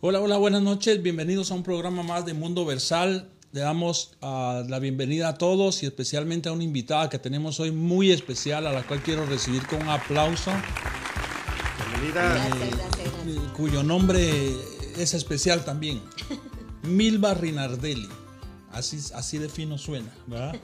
Hola, hola, buenas noches. Bienvenidos a un programa más de Mundo Versal. Le damos la bienvenida a todos y especialmente a una invitada que tenemos hoy muy especial, a la cual quiero recibir con un aplauso. Bienvenida. Cuyo nombre es especial también. Milva Rinardelli. Así de fino suena, ¿verdad?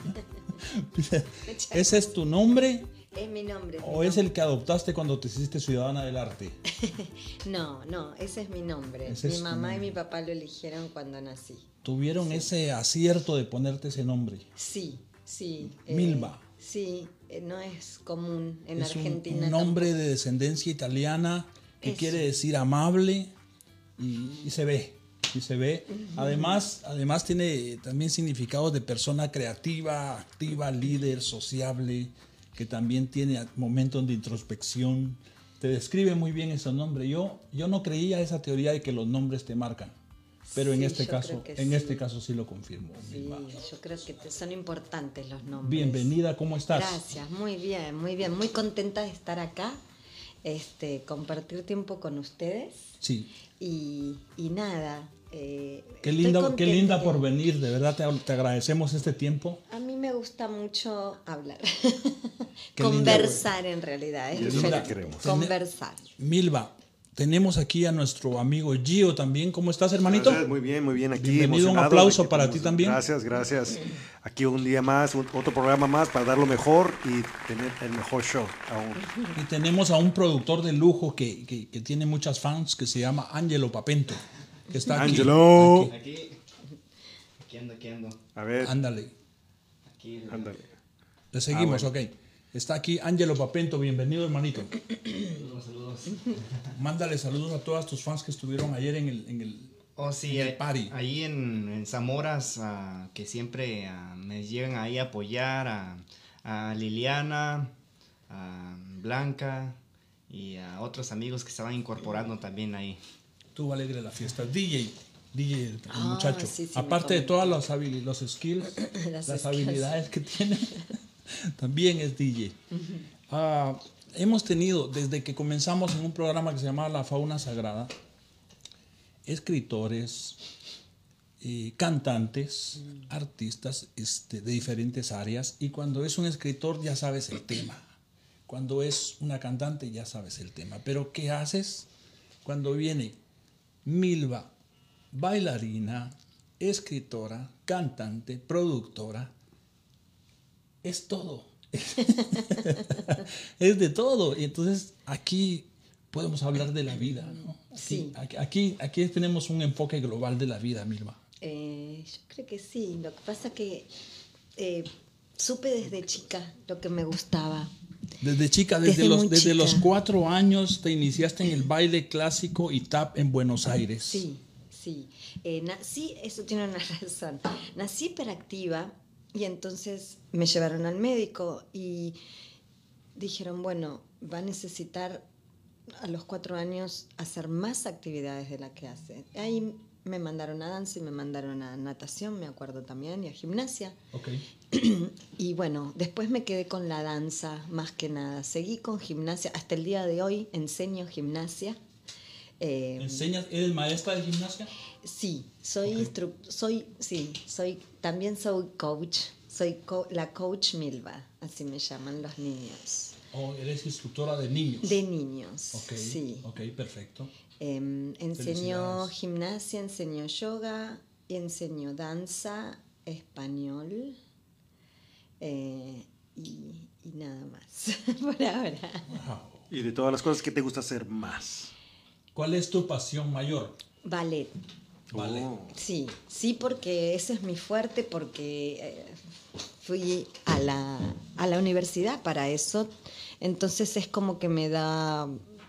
¿Ese es tu nombre? Es mi nombre. ¿O es el que adoptaste cuando te hiciste ciudadana del arte? No, ese es mi nombre. Ese Mi es tu mamá y nombre. mi papá lo eligieron cuando nací. ¿Tuvieron ese acierto de ponerte ese nombre? Sí. Milva. Sí, no es común en Es Argentina. un nombre tampoco. de descendencia italiana que Eso. quiere decir amable y se ve. Y se ve. Además tiene también significados de persona creativa, activa, líder, sociable, que también tiene momentos de introspección. Te describe muy bien ese nombre. Yo no creía esa teoría de que los nombres te marcan, pero en Sí, este yo caso, creo que en sí. este caso sí lo confirmo. Sí, Milva. yo creo que son importantes los nombres. Bienvenida, ¿cómo estás? Gracias, muy bien. Muy contenta de estar acá, compartir tiempo con ustedes Sí. y nada. Qué estoy linda contenta. por venir, de verdad te agradecemos este tiempo. A mí me gusta mucho hablar. Qué Conversar en realidad. Es Qué diferente. linda queremos. Conversar. Milva, tenemos aquí a nuestro amigo Gio también. ¿Cómo estás, hermanito? Gracias, muy bien aquí. Bienvenido, un emocionado aplauso de que para ti tenemos- también. Gracias. Aquí un día más, otro programa más para dar lo mejor y tener el mejor show aún. Y tenemos a un productor de lujo que tiene muchas fans, que se llama Angelo Papento, que está aquí. Angelo. Aquí ando. A ver, Ándale, Aquí. ándale. le seguimos, bueno. ok. Está aquí Angelo Papento, bienvenido, hermanito. Saludos. Mándale saludos a todas tus fans que estuvieron ayer en el Oh, sí, en el party. ahí en Zamoras, que siempre me llegan ahí a apoyar, a Liliana, a Blanca y a otros amigos que se van incorporando también ahí. Tuvo alegre la fiesta. DJ, el Ah, muchacho. sí, me Aparte de comentó. todas los skills, Las las skills. habilidades que tiene, también es DJ. Hemos tenido, desde que comenzamos en un programa que se llamaba La Fauna Sagrada, escritores, cantantes, artistas de diferentes áreas. Y cuando es un escritor ya sabes el tema. Cuando es una cantante ya sabes el tema. Pero ¿qué haces cuando viene Milva, bailarina, escritora, cantante, productora? Es todo. Es de todo. Y entonces aquí podemos hablar de la vida, ¿no? Sí. Aquí tenemos un enfoque global de la vida, Milva. Yo creo que sí. Lo que pasa es que supe desde chica lo que me gustaba. Desde chica, Desde muy desde los chica. 4 años te iniciaste en el baile clásico y tap en Buenos Aires. Sí. Nací, eso tiene una razón. Nací hiperactiva y entonces me llevaron al médico y dijeron, bueno, va a necesitar a los 4 años hacer más actividades de las que hace. Ahí me mandaron a danza y me mandaron a natación, me acuerdo también, y a gimnasia. Ok. Y bueno, después me quedé con la danza más que nada. Seguí con gimnasia, hasta el día de hoy enseño gimnasia. ¿Eres maestra de gimnasia? Sí, también soy coach. Soy la coach Milva, así me llaman los niños. ¿O eres instructora de niños? De niños, Ok, sí. ok, perfecto. Enseño Felicidades. gimnasia, enseño yoga, enseño danza, español y nada más por ahora. Wow. Y de todas las cosas que te gusta hacer más. ¿Cuál es tu pasión mayor? Ballet. Vale. Oh. Sí, porque ese es mi fuerte, porque fui a la universidad para eso, entonces es como que me da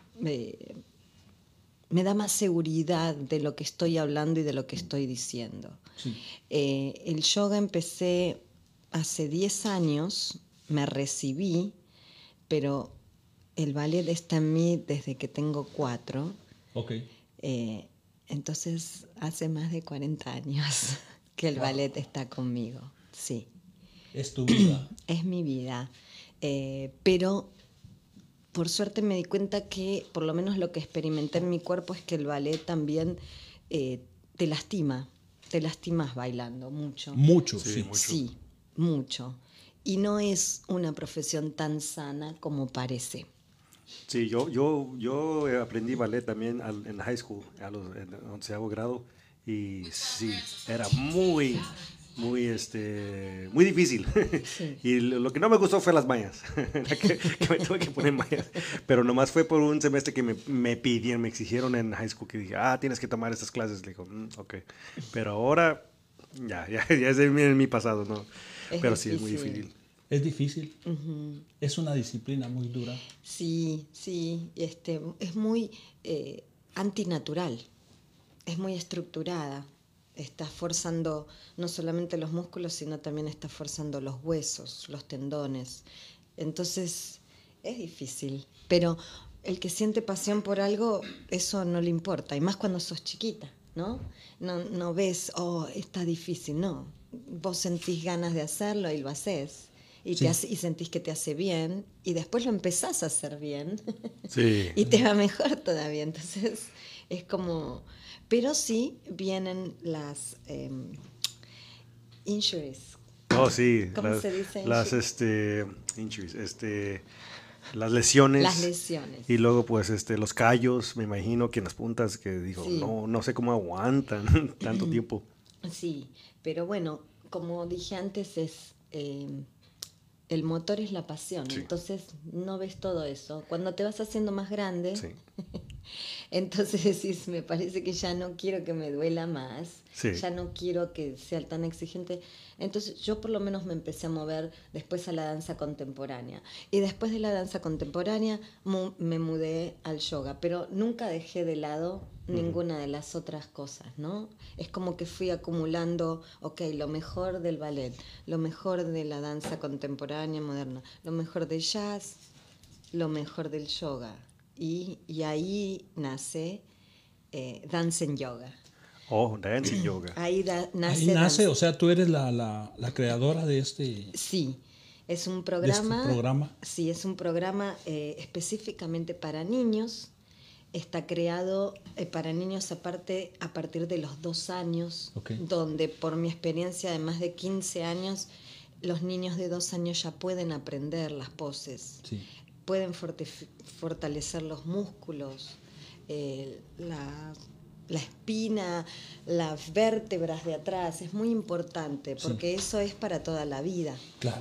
más seguridad de lo que estoy hablando y de lo que estoy diciendo. Sí. El yoga empecé hace 10 años, me recibí, pero el ballet está en mí desde que tengo 4. Ok. Entonces, hace más de 40 años que el ballet está conmigo, sí. Es tu vida. Es mi vida. Pero, por suerte me di cuenta que, por lo menos lo que experimenté en mi cuerpo, es que el ballet también te lastimas bailando mucho. Mucho, Sí, sí. mucho. Sí, mucho. Y no es una profesión tan sana como parece. Sí, yo aprendí ballet también en high school, en 11º grado, y sí, era muy difícil. Sí. Y lo que no me gustó fue las mallas, que me tuve que poner mallas. Pero nomás fue por un semestre que me exigieron en high school, que dije, tienes que tomar estas clases. Le digo, ok. Pero ahora, ya es en mi pasado, ¿no? Es Pero sí, es muy difícil. difícil. Es difícil. Es una disciplina muy dura. Sí, es muy antinatural, es muy estructurada. Estás forzando no solamente los músculos, sino también estás forzando los huesos, los tendones. Entonces, es difícil. Pero el que siente pasión por algo, eso no le importa. Y más cuando sos chiquita, ¿no? No ves, está difícil, no. Vos sentís ganas de hacerlo y lo haces. Y, Sí. y sentís que te hace bien. Y después lo empezás a hacer bien. Sí. Y te va mejor todavía. Entonces, es como... Pero sí vienen las injuries. Oh, sí. ¿Cómo se dice? Injuries, las lesiones. Las lesiones. Y luego, pues, los callos, me imagino que en las puntas, que digo, Sí. no sé cómo aguantan tanto tiempo. Sí, pero bueno, como dije antes, el motor es la pasión. Sí. Entonces no ves todo eso. Cuando te vas haciendo más grande, Sí. entonces decís, me parece que ya no quiero que me duela más, Sí. ya no quiero que sea tan exigente. Entonces yo por lo menos me empecé a mover después a la danza contemporánea. Y después de la danza contemporánea me mudé al yoga, pero nunca dejé de lado ninguna de las otras cosas, ¿no? Es como que fui acumulando, lo mejor del ballet, lo mejor de la danza contemporánea, moderna, lo mejor del jazz, lo mejor del yoga. Y ahí nace Dancing Yoga. Oh, dancing yoga. Ahí Ahí nace, o sea, tú eres la creadora de este... Sí, es un programa. programa. Sí, es un programa específicamente para niños. Está creado para niños a partir de los 2 años, Okay. donde por mi experiencia de más de 15 años, los niños de 2 años ya pueden aprender las poses, Sí. pueden fortalecer los músculos, la espina, las vértebras de atrás. Es muy importante porque eso es para toda la vida. Claro.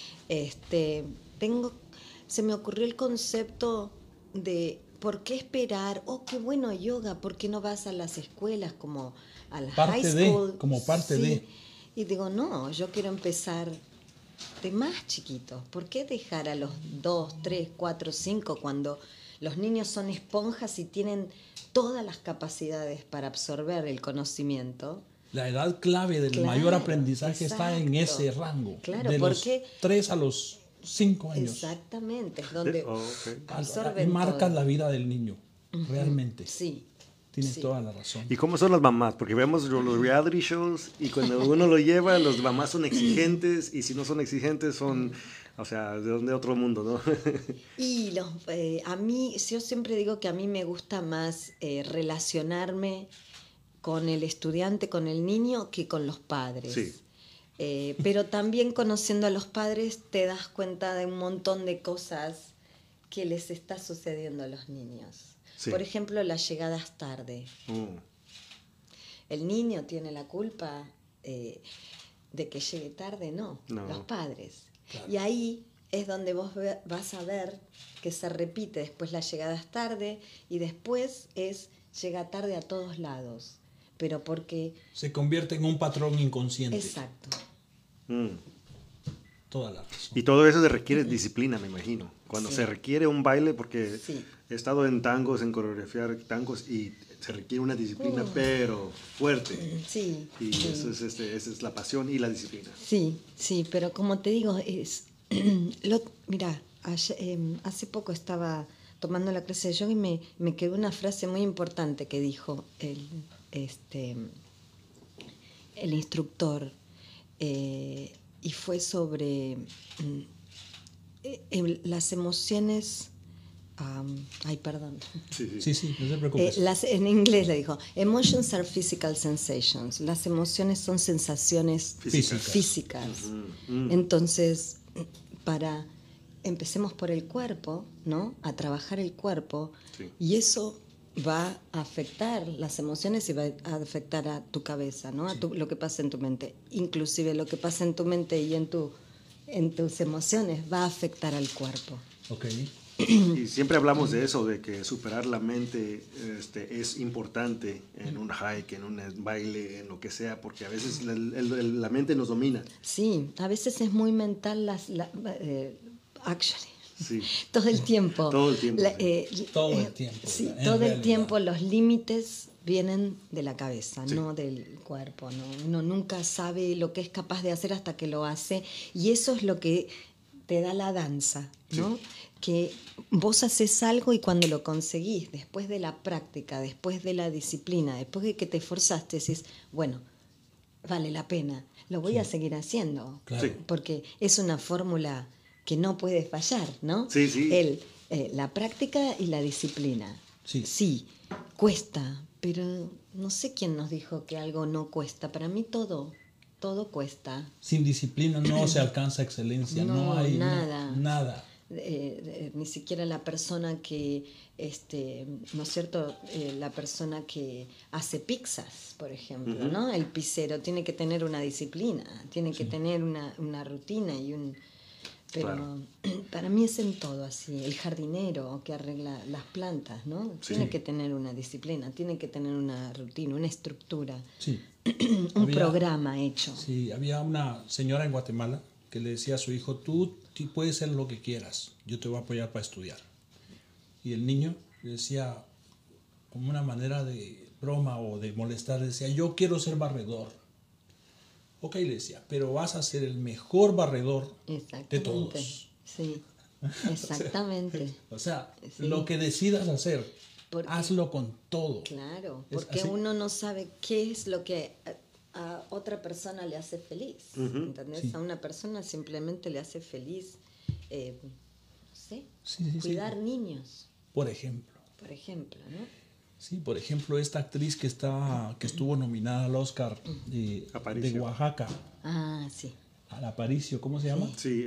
Se me ocurrió el concepto de ¿por qué esperar? Qué bueno yoga, ¿por qué no vas a las escuelas como a la high school? Como parte de. Y digo, no, yo quiero empezar de más chiquitos. ¿Por qué dejar a los 2, 3, 4, 5 cuando los niños son esponjas y tienen todas las capacidades para absorber el conocimiento? La edad clave del Claro, mayor aprendizaje está en exacto. ese rango. Claro, de los porque- 3 a los 5 años. Exactamente, es donde Ok. absorben Marcas todo. la vida del niño, realmente. Sí. Tienes sí. toda la razón. ¿Y cómo son las mamás? Porque vemos los reality shows y cuando uno lo lleva, las mamás son exigentes y si no son exigentes son, o sea, de otro mundo, ¿no? Y a mí, yo siempre digo que a mí me gusta más relacionarme con el estudiante, con el niño, que con los padres. Sí. Pero también conociendo a los padres te das cuenta de un montón de cosas que les está sucediendo a los niños. Sí. Por ejemplo, las llegadas tarde. El niño tiene la culpa de que llegue tarde, no, los padres. Claro. Y ahí es donde vos vas a ver que se repite después las llegadas tarde y después llega tarde a todos lados. Pero porque... Se convierte en un patrón inconsciente. Exacto. Toda la razón. Y todo eso se requiere disciplina, me imagino. Cuando Sí. se requiere un baile, porque Sí. he estado en tangos, en coreografiar tangos, y se requiere una disciplina, pero fuerte. Sí. Y sí. eso esa es la pasión y la disciplina. Sí, sí, pero como te digo, mira, hace poco estaba tomando la clase de yoga y me quedó una frase muy importante que dijo el instructor, y fue sobre las emociones ay, perdón. Sí, no te preocupes. En inglés le dijo, emotions are physical sensations. Las emociones son sensaciones físicas. Entonces, empecemos por el cuerpo, ¿no? A trabajar el cuerpo, y eso va a afectar las emociones y va a afectar a tu cabeza, ¿no? A lo que pasa en tu mente. Inclusive lo que pasa en tu mente y en tus emociones va a afectar al cuerpo. Okay. Y siempre hablamos de eso, de que superar la mente es importante en un hike, en un baile, en lo que sea, porque a veces la mente nos domina. Sí, a veces es muy mental actually. Sí. Todo el tiempo. Todo el tiempo. Todo el tiempo. Sí, En todo el realidad. tiempo los límites vienen de la cabeza, Sí. no del cuerpo. ¿No? Uno nunca sabe lo que es capaz de hacer hasta que lo hace, y eso es lo que te da la danza, ¿no? Que vos haces algo y cuando lo conseguís, después de la práctica, después de la disciplina, después de que te esforzaste, decís, bueno, vale la pena, lo voy a seguir haciendo. Claro. Sí. Porque es una fórmula que no puede fallar, ¿no? Sí, sí. La práctica y la disciplina. Sí. Cuesta, pero no sé quién nos dijo que algo no cuesta. Para mí todo cuesta. Sin disciplina no se alcanza excelencia, no hay nada. nada. Ni siquiera la persona que, ¿no es cierto? La persona que hace pizzas, por ejemplo, ¿no? El pizzero tiene que tener una disciplina, tiene que tener una rutina pero Claro. para mí es en todo así. El jardinero que arregla las plantas, ¿no? Tiene que tener una disciplina, tiene que tener una rutina, una estructura, Sí. un programa hecho. Sí, había una señora en Guatemala que le decía a su hijo, tú puedes ser lo que quieras, yo te voy a apoyar para estudiar. Y el niño le decía, como una manera de broma o de molestar, le decía, yo quiero ser barredor. Ok, le decía, pero vas a ser el mejor barredor de todos. Sí, exactamente. O sea, Sí. lo que decidas hacer, Porque- hazlo con todo. Claro, Es porque así. uno no sabe qué es lo que a otra persona le hace feliz. ¿Entendés? Sí. A una persona simplemente le hace feliz, no sé, Sí. cuidar niños, Por ejemplo. por ejemplo, ¿no? Sí, por ejemplo, esta actriz que estuvo nominada al Oscar de Aparicio. Oaxaca, Ah, sí. al Aparicio, ¿cómo se llama? Sí,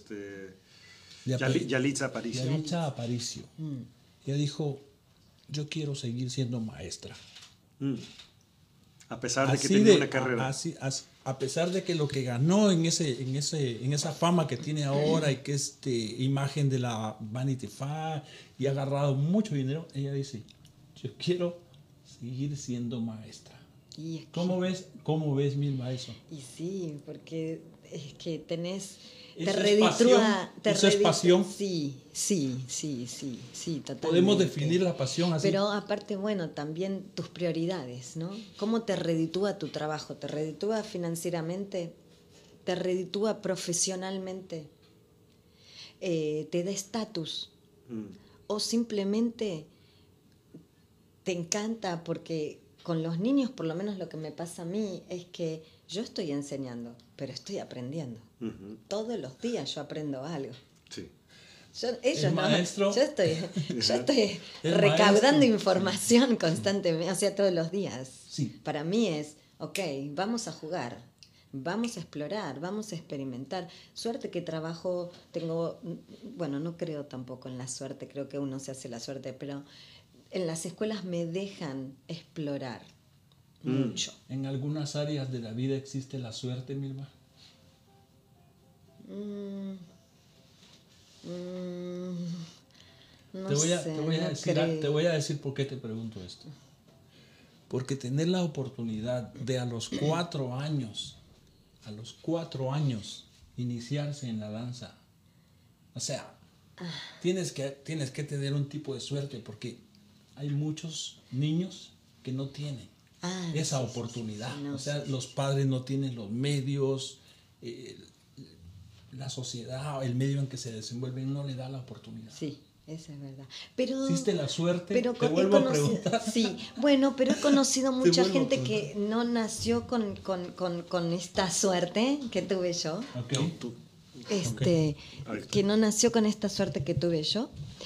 De Apari- Yalitza Aparicio. Yalitza Aparicio. Ella dijo, yo quiero seguir siendo maestra. A pesar de que Así tenía una carrera. a pesar de que lo que ganó en esa fama que tiene ahora y que es imagen de la Vanity Fair y ha agarrado mucho dinero, ella dice, yo quiero seguir siendo maestra. Y es que- ¿Cómo ves, Milma, eso? Y sí, porque es que tenés... ¿Eso Te es reditúa... pasión? ¿Eso es pasión? Sí, totalmente. Podemos definir la pasión así. Pero aparte, bueno, también tus prioridades, ¿no? ¿Cómo te reditúa tu trabajo? ¿Te reditúa financieramente? ¿Te reditúa profesionalmente? ¿Te da estatus? ¿O simplemente te encanta? Porque con los niños, por lo menos lo que me pasa a mí, es que yo estoy enseñando, pero estoy aprendiendo. Todos los días yo aprendo algo. Sí. Ellos El no, maestro. yo estoy El recaudando maestro. información constantemente, o sea, todos los días. Sí. Para mí es, ok, vamos a jugar, vamos a explorar, vamos a experimentar. Suerte que bueno, no creo tampoco en la suerte, creo que uno se hace la suerte, pero en las escuelas me dejan explorar mucho. ¿En algunas áreas de la vida existe la suerte, Milma? No Te voy a sé, decir, no creo. te voy a decir por qué te pregunto esto. Porque tener la oportunidad de a los 4 años, iniciarse en la danza, o sea, tienes que tener un tipo de suerte porque hay muchos niños que no tienen esa Sí, oportunidad. sí, no, o sea, sí. los padres no tienen los medios, la sociedad, el medio en que se desenvuelven no le da la oportunidad. Sí, eso es verdad. Pero, ¿Existe la suerte? pero Te he vuelvo a conocido- preguntar. Sí, bueno, pero he conocido mucha vuelvo a gente que no nació con esta suerte que tuve yo. Ok. Tú. Que no nació con esta suerte que tuve yo.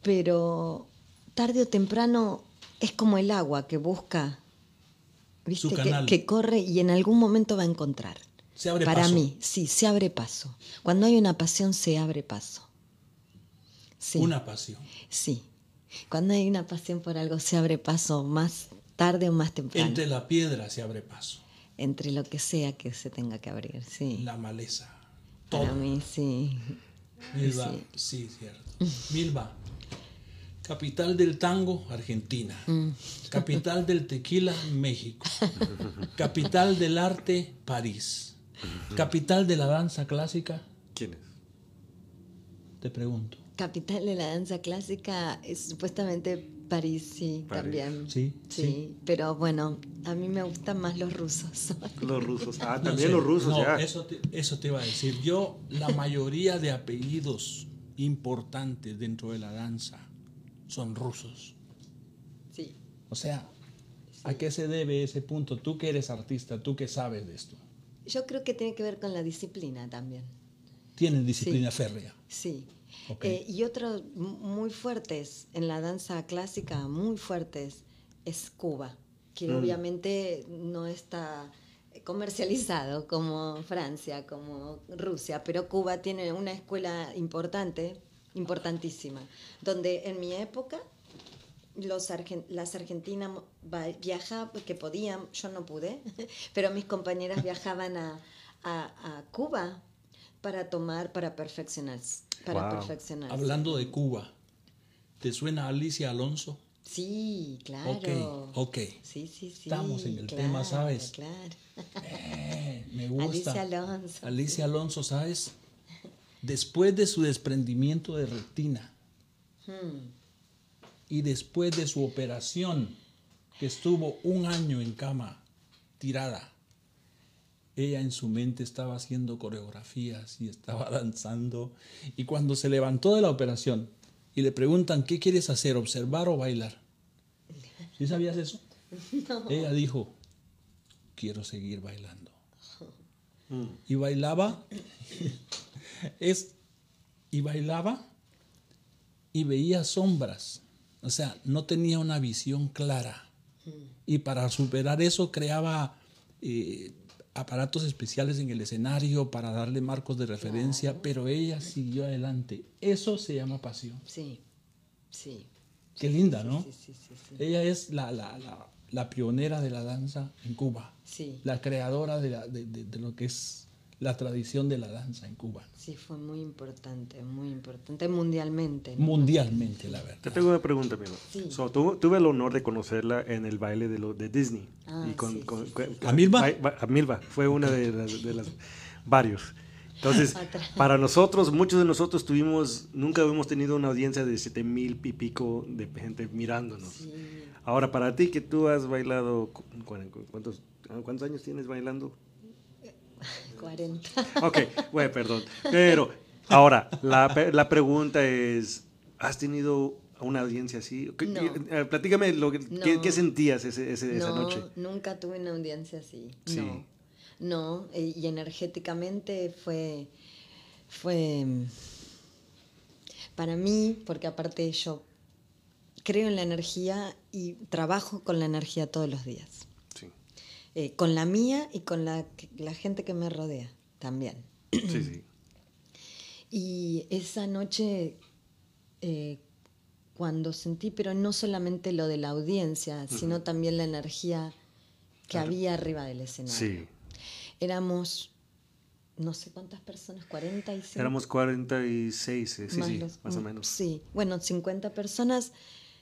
pero tarde o temprano es como el agua que busca, ¿viste? Su canal. Que corre y en algún momento va a encontrar. Se abre Para paso. mí, sí, se abre paso. Cuando hay una pasión, se abre paso. Sí. Una pasión. Sí. Cuando hay una pasión por algo, se abre paso más tarde o más temprano. Entre la piedra se abre paso. Entre lo que sea que se tenga que abrir, sí. La maleza. Para Todo. mí, sí. Milva, sí, cierto. Milva, capital del tango, Argentina. Capital del tequila, México. Capital del arte, París. Capital de la danza clásica, ¿Quién es? te pregunto. Capital de la danza clásica es supuestamente París, sí, París. también. Sí, Sí, pero bueno, a mí me gustan más los rusos. Los rusos. Ah, No también sé, los rusos, no, ya. eso te iba a decir. Yo, la mayoría de apellidos importantes dentro de la danza son rusos. Sí. O sea, ¿a qué se debe ese punto? Tú que eres artista, tú que sabes de esto. Yo creo que tiene que ver con la disciplina también. Tienen disciplina férrea. Sí. Ok. Y otros muy fuertes en la danza clásica, muy fuertes, es Cuba, que obviamente no está comercializado como Francia, como Rusia, pero Cuba tiene una escuela importante, importantísima, donde en mi época las argentinas viajaban, que podían, yo no pude, pero mis compañeras viajaban a Cuba para perfeccionarse. Para Wow. perfeccionarse. Hablando de Cuba, ¿te suena Alicia Alonso? Sí, claro. Ok. Sí, sí, sí. Estamos en el claro, tema, ¿sabes? Claro. Me gusta. Alicia Alonso. Alicia Alonso, ¿sabes? Después de su desprendimiento de retina y después de su operación, que estuvo 1 año en cama, tirada, ella en su mente estaba haciendo coreografías y estaba danzando. Y cuando se levantó de la operación y le preguntan, ¿qué quieres hacer, observar o bailar? ¿Sí sabías eso? No. Ella dijo, quiero seguir bailando. Y bailaba, y bailaba y veía sombras. O sea, no tenía una visión clara. Y para superar eso creaba aparatos especiales en el escenario para darle marcos de referencia, claro. Pero ella siguió adelante. Eso se llama pasión. Sí, sí. Qué linda, ¿no? Sí. Ella es la pionera de la danza en Cuba. Sí. La creadora de lo que es la tradición de la danza en Cuba. Sí, fue muy importante mundialmente, ¿no? Mundialmente, la verdad. Te tengo una pregunta, Milva. Sí. Tuve el honor de conocerla en el baile de Disney. Y ¿A Milva? A Milva, fue una de las varios. Entonces, para nosotros, muchos de nosotros nunca hemos tenido una audiencia de 7,000 y pico de gente mirándonos. Sí. Ahora, para ti que tú has bailado, ¿cuántos años tienes bailando? 40. Ok, bueno, perdón. Pero ahora, la pregunta es, ¿has tenido una audiencia así? No. Platícame ¿qué sentías esa noche? Nunca tuve una audiencia así. Sí. No, y energéticamente fue para mí, porque aparte yo creo en la energía y trabajo con la energía todos los días. Sí. Con la mía y con la gente que me rodea también. Sí. Y esa noche, cuando sentí, pero no solamente lo de la audiencia, sino también la energía que había arriba del escenario. Sí. Éramos, no sé cuántas personas, 46. Éramos 46, más o menos. Sí, bueno, 50 personas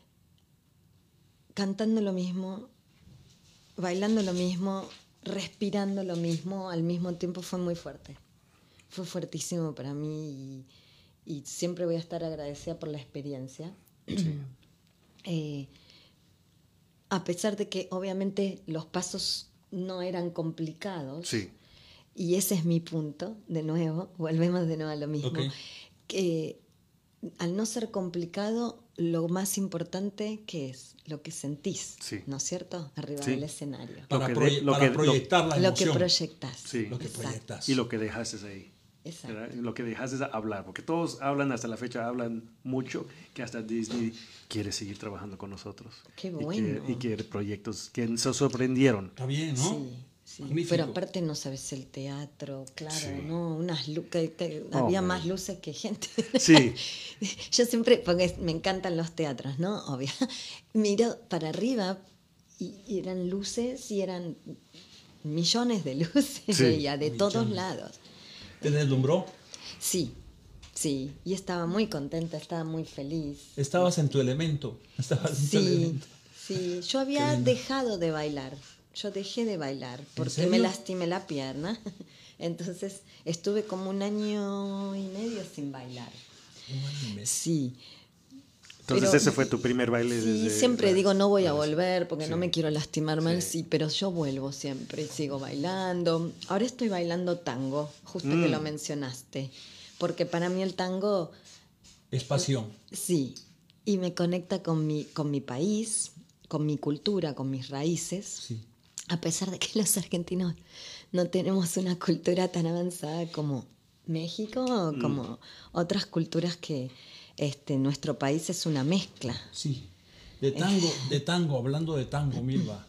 cantando lo mismo, bailando lo mismo, respirando lo mismo, al mismo tiempo fue muy fuerte. Fue fuertísimo para mí y siempre voy a estar agradecida por la experiencia. Sí. A pesar de que obviamente los pasos no eran complicados. Sí. Y ese es mi punto, de nuevo, volvemos de nuevo a lo mismo. Okay. Que al no ser complicado, lo más importante que es lo que sentís, Sí. ¿no es cierto? Arriba Sí. del escenario. Para proyectar la Lo que emoción. proyectás. Sí. Lo que Exacto. proyectas. Y lo que dejaste ahí. Exacto. ¿verdad? Lo que dejas es hablar, porque todos hablan, hasta la fecha hablan mucho, que hasta Disney quiere seguir trabajando con nosotros. Qué Y bueno. y quiere proyectos que se sorprendieron. Está bien, ¿no? Sí, sí. Magnífico. Pero aparte no sabes el teatro, claro, Sí. ¿no? Oh, había man. más luces que gente. Sí. Yo siempre, porque me encantan los teatros, ¿no? Obvio. Miro para arriba y eran luces y eran millones de luces, Sí. veía, de todos Millones. lados. ¿Te deslumbró? Sí, sí. Y estaba muy contenta, estaba muy feliz. Estabas en tu elemento. Estabas en tu Sí, elemento. sí. Yo había Qué lindo. dejado de bailar. Yo dejé de bailar porque serio? me lastimé la pierna. Entonces estuve como 1 año y medio sin bailar. Un año y medio. Sí. Entonces Pero- ese fue tu primer baile. Sí, desde siempre la- digo no voy a la- volver porque no Sí. me quiero lastimar mal, Sí. sí, pero yo vuelvo siempre y sigo bailando. Ahora estoy bailando tango, justo que lo mencionaste, porque para mí el tango, Es pasión. sí, y me conecta con mi país, con mi cultura, con mis raíces, Sí. a pesar de que los argentinos no tenemos una cultura tan avanzada como México o como otras culturas que nuestro país es una mezcla. Sí. De tango, hablando de tango, Milva.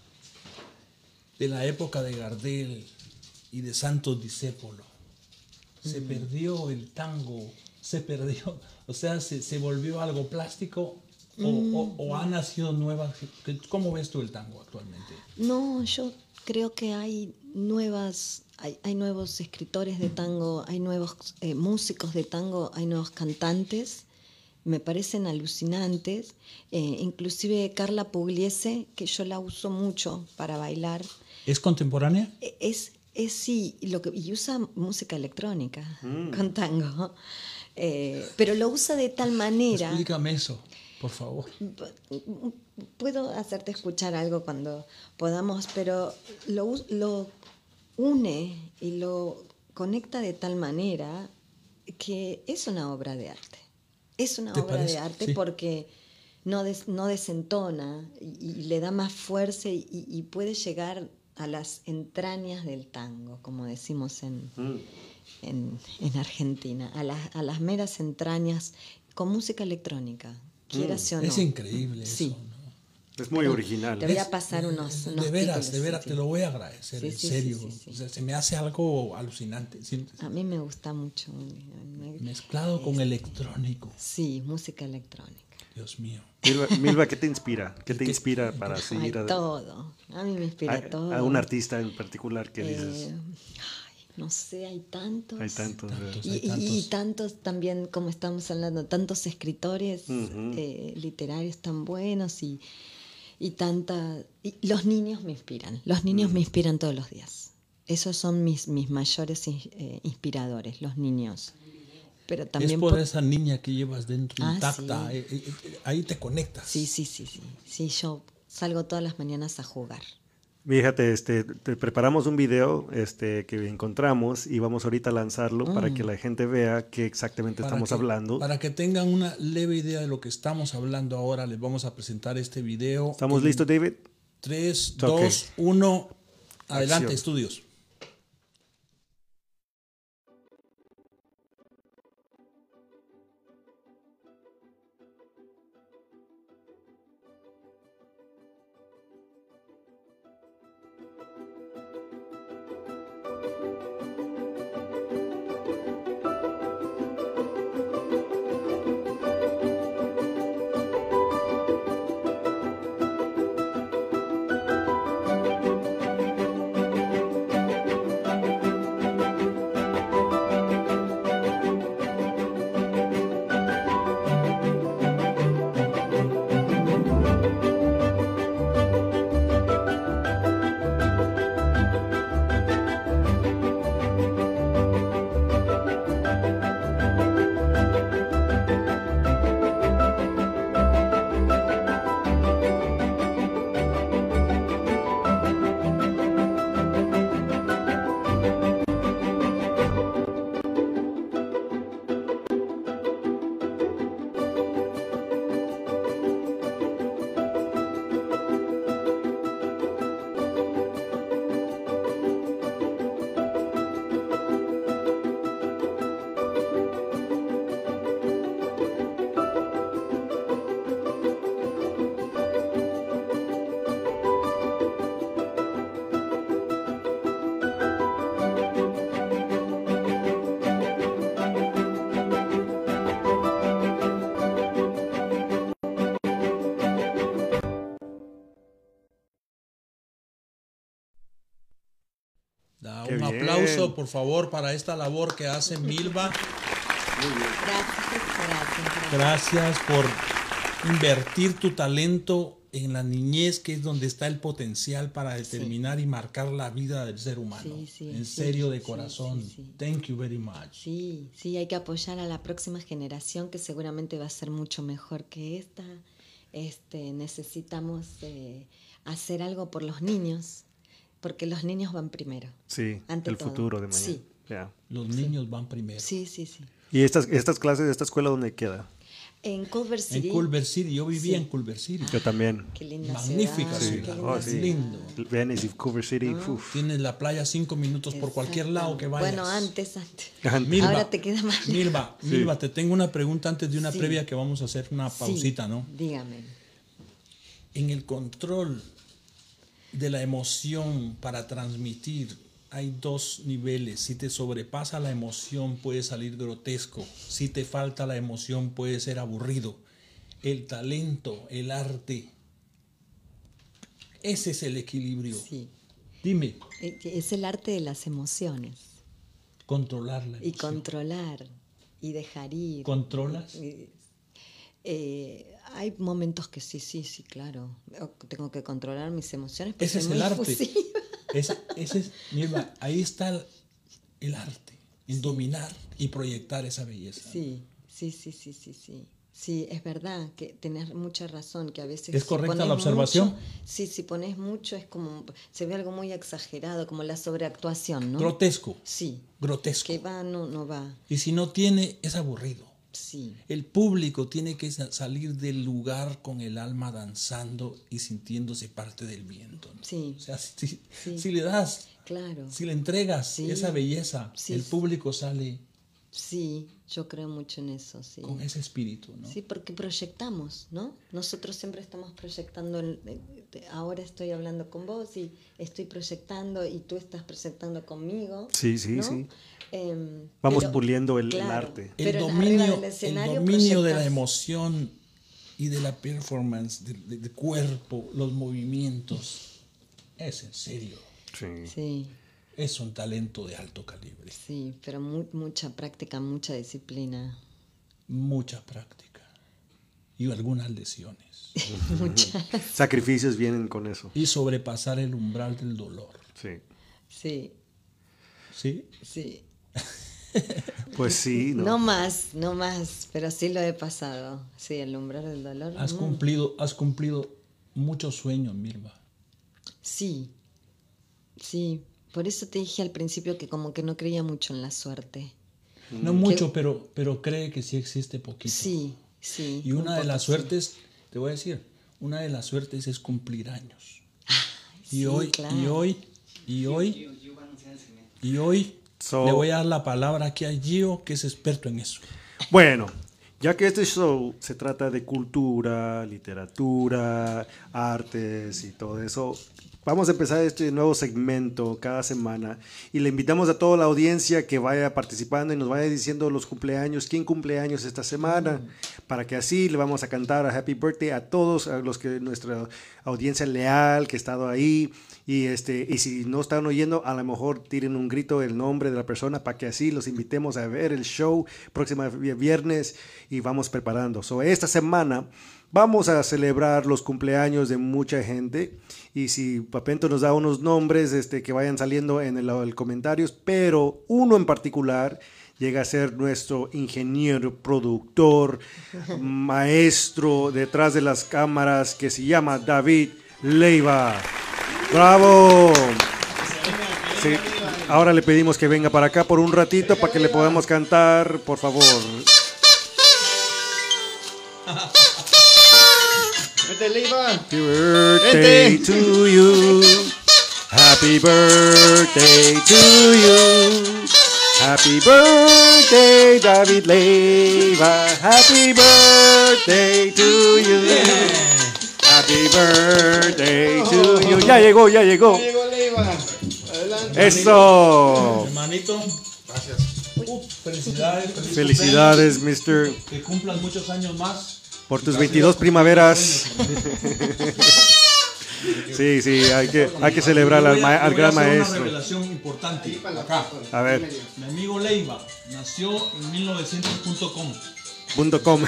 De la época de Gardel y de Santos Discépolo. Se perdió el tango. Se perdió. O sea, se volvió algo plástico. O ha nacido nuevas. ¿Cómo ves tú el tango actualmente? No, yo creo que hay nuevos escritores de tango, hay nuevos músicos de tango, hay nuevos cantantes, me parecen alucinantes. Inclusive Carla Pugliese, que yo la uso mucho para bailar, ¿Es contemporánea? es sí, y usa música electrónica con tango. Pero lo usa de tal manera. Explícame eso, por favor. Puedo hacerte escuchar algo cuando podamos, pero lo une y lo conecta de tal manera que es una obra de arte. Es una ¿Te obra parece? de arte Sí. porque no desentona y le da más fuerza y puede llegar a las entrañas del tango, como decimos en Argentina, a las meras entrañas con música electrónica, quieras o no. Es increíble Sí. eso, ¿no? Es muy original. Te voy a pasar unos De veras, títulos, sí, te lo voy a agradecer, Sí, en sí, sí, serio. sí, sí. O sea, se me hace algo alucinante. A mí me gusta mucho. Mezclado con electrónico. Sí, música electrónica. Dios mío. Milva, ¿qué te inspira? ¿Qué te inspira para Ay, seguir todo. A mí me inspira todo. a un artista en particular que dices? Ay, no sé, hay tantos. Hay tantos. Tantos. Y, Hay tantos. y tantos también, como estamos hablando, tantos escritores Ujú. literarios tan buenos y los niños me inspiran. Los niños me inspiran todos los días. Esos son mis mayores inspiradores, los niños. Pero también es por esa niña que llevas dentro Ah, intacta. sí. Ahí te conectas. Sí. Sí, yo salgo todas las mañanas a jugar. Fíjate, te preparamos un video que encontramos y vamos ahorita a lanzarlo para que la gente vea qué exactamente estamos hablando. Para que tengan una leve idea de lo que estamos hablando ahora, les vamos a presentar este video. ¿Estamos en listos, David? 3, Ok. 2, 1. Adelante, Acción. estudios. aplauso, por favor, para esta labor que hace Milva. Gracias por invertir tu talento en la niñez, que es donde está el potencial para determinar y marcar la vida del ser humano. En serio, de corazón. Thank you very much. Sí, hay que apoyar a la próxima generación, que seguramente va a ser mucho mejor que esta. Necesitamos hacer algo por los niños, porque los niños van primero. Sí, ante el todo. futuro de mañana. Sí. Yeah. Los niños van primero. Sí. ¿Y estas clases de esta escuela dónde queda? En Culver City. En Culver City, yo vivía en Culver City. Yo también. Qué linda Magnífica ciudad. ciudad. Qué Sí. Lindo. Venice y Culver City. Uf. Tienes la playa 5 minutos por cualquier lado que vayas. Bueno, antes. Milva, Ahora te queda más. Milva, te tengo una pregunta antes de una Sí. previa que vamos a hacer una pausita, ¿no? Dígame. En el control de la emoción para transmitir hay dos niveles. Si te sobrepasa la emoción puede salir grotesco. Si te falta la emoción puede ser aburrido. El talento, el arte, ese es el equilibrio. Sí. Dime, Es el arte de las emociones. controlar la Y emoción. controlar. Y dejar ir. ¿Controlas? Hay momentos que sí, claro. Tengo que controlar mis emociones. porque Ese es soy el muy arte. efusiva. Ese es, mira, ahí está el arte, en dominar y proyectar esa belleza. Sí. Sí, es verdad que tenés mucha razón, que a veces... ¿Es si correcta pones la observación? mucho, sí, si pones mucho es como... Se ve algo muy exagerado, como la sobreactuación, ¿no? Grotesco. Sí. Grotesco. Que va, no va. Y si no tiene, es aburrido. Sí. El público tiene que salir del lugar con el alma danzando y sintiéndose parte del viento, ¿no? Sí. O sea, si Sí. le das, Claro. si le entregas Sí. esa belleza, Sí. el público sale Sí, yo creo mucho en eso, sí. con ese espíritu, ¿no? Sí, porque proyectamos, ¿no? Nosotros siempre estamos proyectando, ahora estoy hablando con vos y estoy proyectando y tú estás proyectando conmigo. Sí. ¿no? Vamos Pero- puliendo el claro, arte. El pero dominio, arriba del escenario de la proyectas. emoción y de la performance, del cuerpo, los movimientos, es en serio. Sí. Sí, Es un talento de alto calibre. sí, pero mucha práctica, mucha disciplina. Mucha práctica y algunas lesiones. Mucha. Sacrificios vienen con eso. Y sobrepasar el umbral del dolor. Sí. Sí, ¿Sí? sí. Pues sí, ¿no? No más, pero sí lo he pasado. Sí, el umbral del dolor. Has cumplido muchos sueños, Milva. Sí. Por eso te dije al principio que como que no creía mucho en la suerte. No mucho, pero cree que sí existe poquito. Sí. Y una un de poco las sí. suertes, te voy a decir, una de las suertes es cumplir años. Sí, claro. Y hoy So- le voy a dar la palabra aquí a Gio, que es experto en eso. Bueno, ya que este show se trata de cultura, literatura, artes y todo eso, vamos a empezar este nuevo segmento cada semana y le invitamos a toda la audiencia que vaya participando y nos vaya diciendo los cumpleaños, quién cumpleaños esta semana, para que así le vamos a cantar a Happy Birthday a todos, a los que nuestra audiencia leal que ha estado ahí. Y si no están oyendo, a lo mejor tiren un grito el nombre de la persona para que así los invitemos a ver el show próximo viernes y vamos preparando. Esta semana vamos a celebrar los cumpleaños de mucha gente y si Papento nos da unos nombres que vayan saliendo en el comentarios, pero uno en particular llega a ser nuestro ingeniero, productor, maestro detrás de las cámaras que se llama David Leiva. ¡Bravo! Sí, ahora le pedimos que venga para acá por un ratito para que le podamos cantar, por favor. ¡Vete, Leiva! Happy birthday to you. Happy birthday to you. Happy birthday, David Leiva. Happy birthday to you. Happy birthday to you. Ya llegó. Llegó Leiva. Adelante. Eso. Hermanito. Gracias. Felicidades. feliz Felicidades, cumpleaños. mister, Que cumplan muchos años más. por tus 22 primaveras. Sí, hay que celebrar al gran Una maestro. revelación importante acá. A ver, Mi amigo Leiva nació en 1900.com. .com.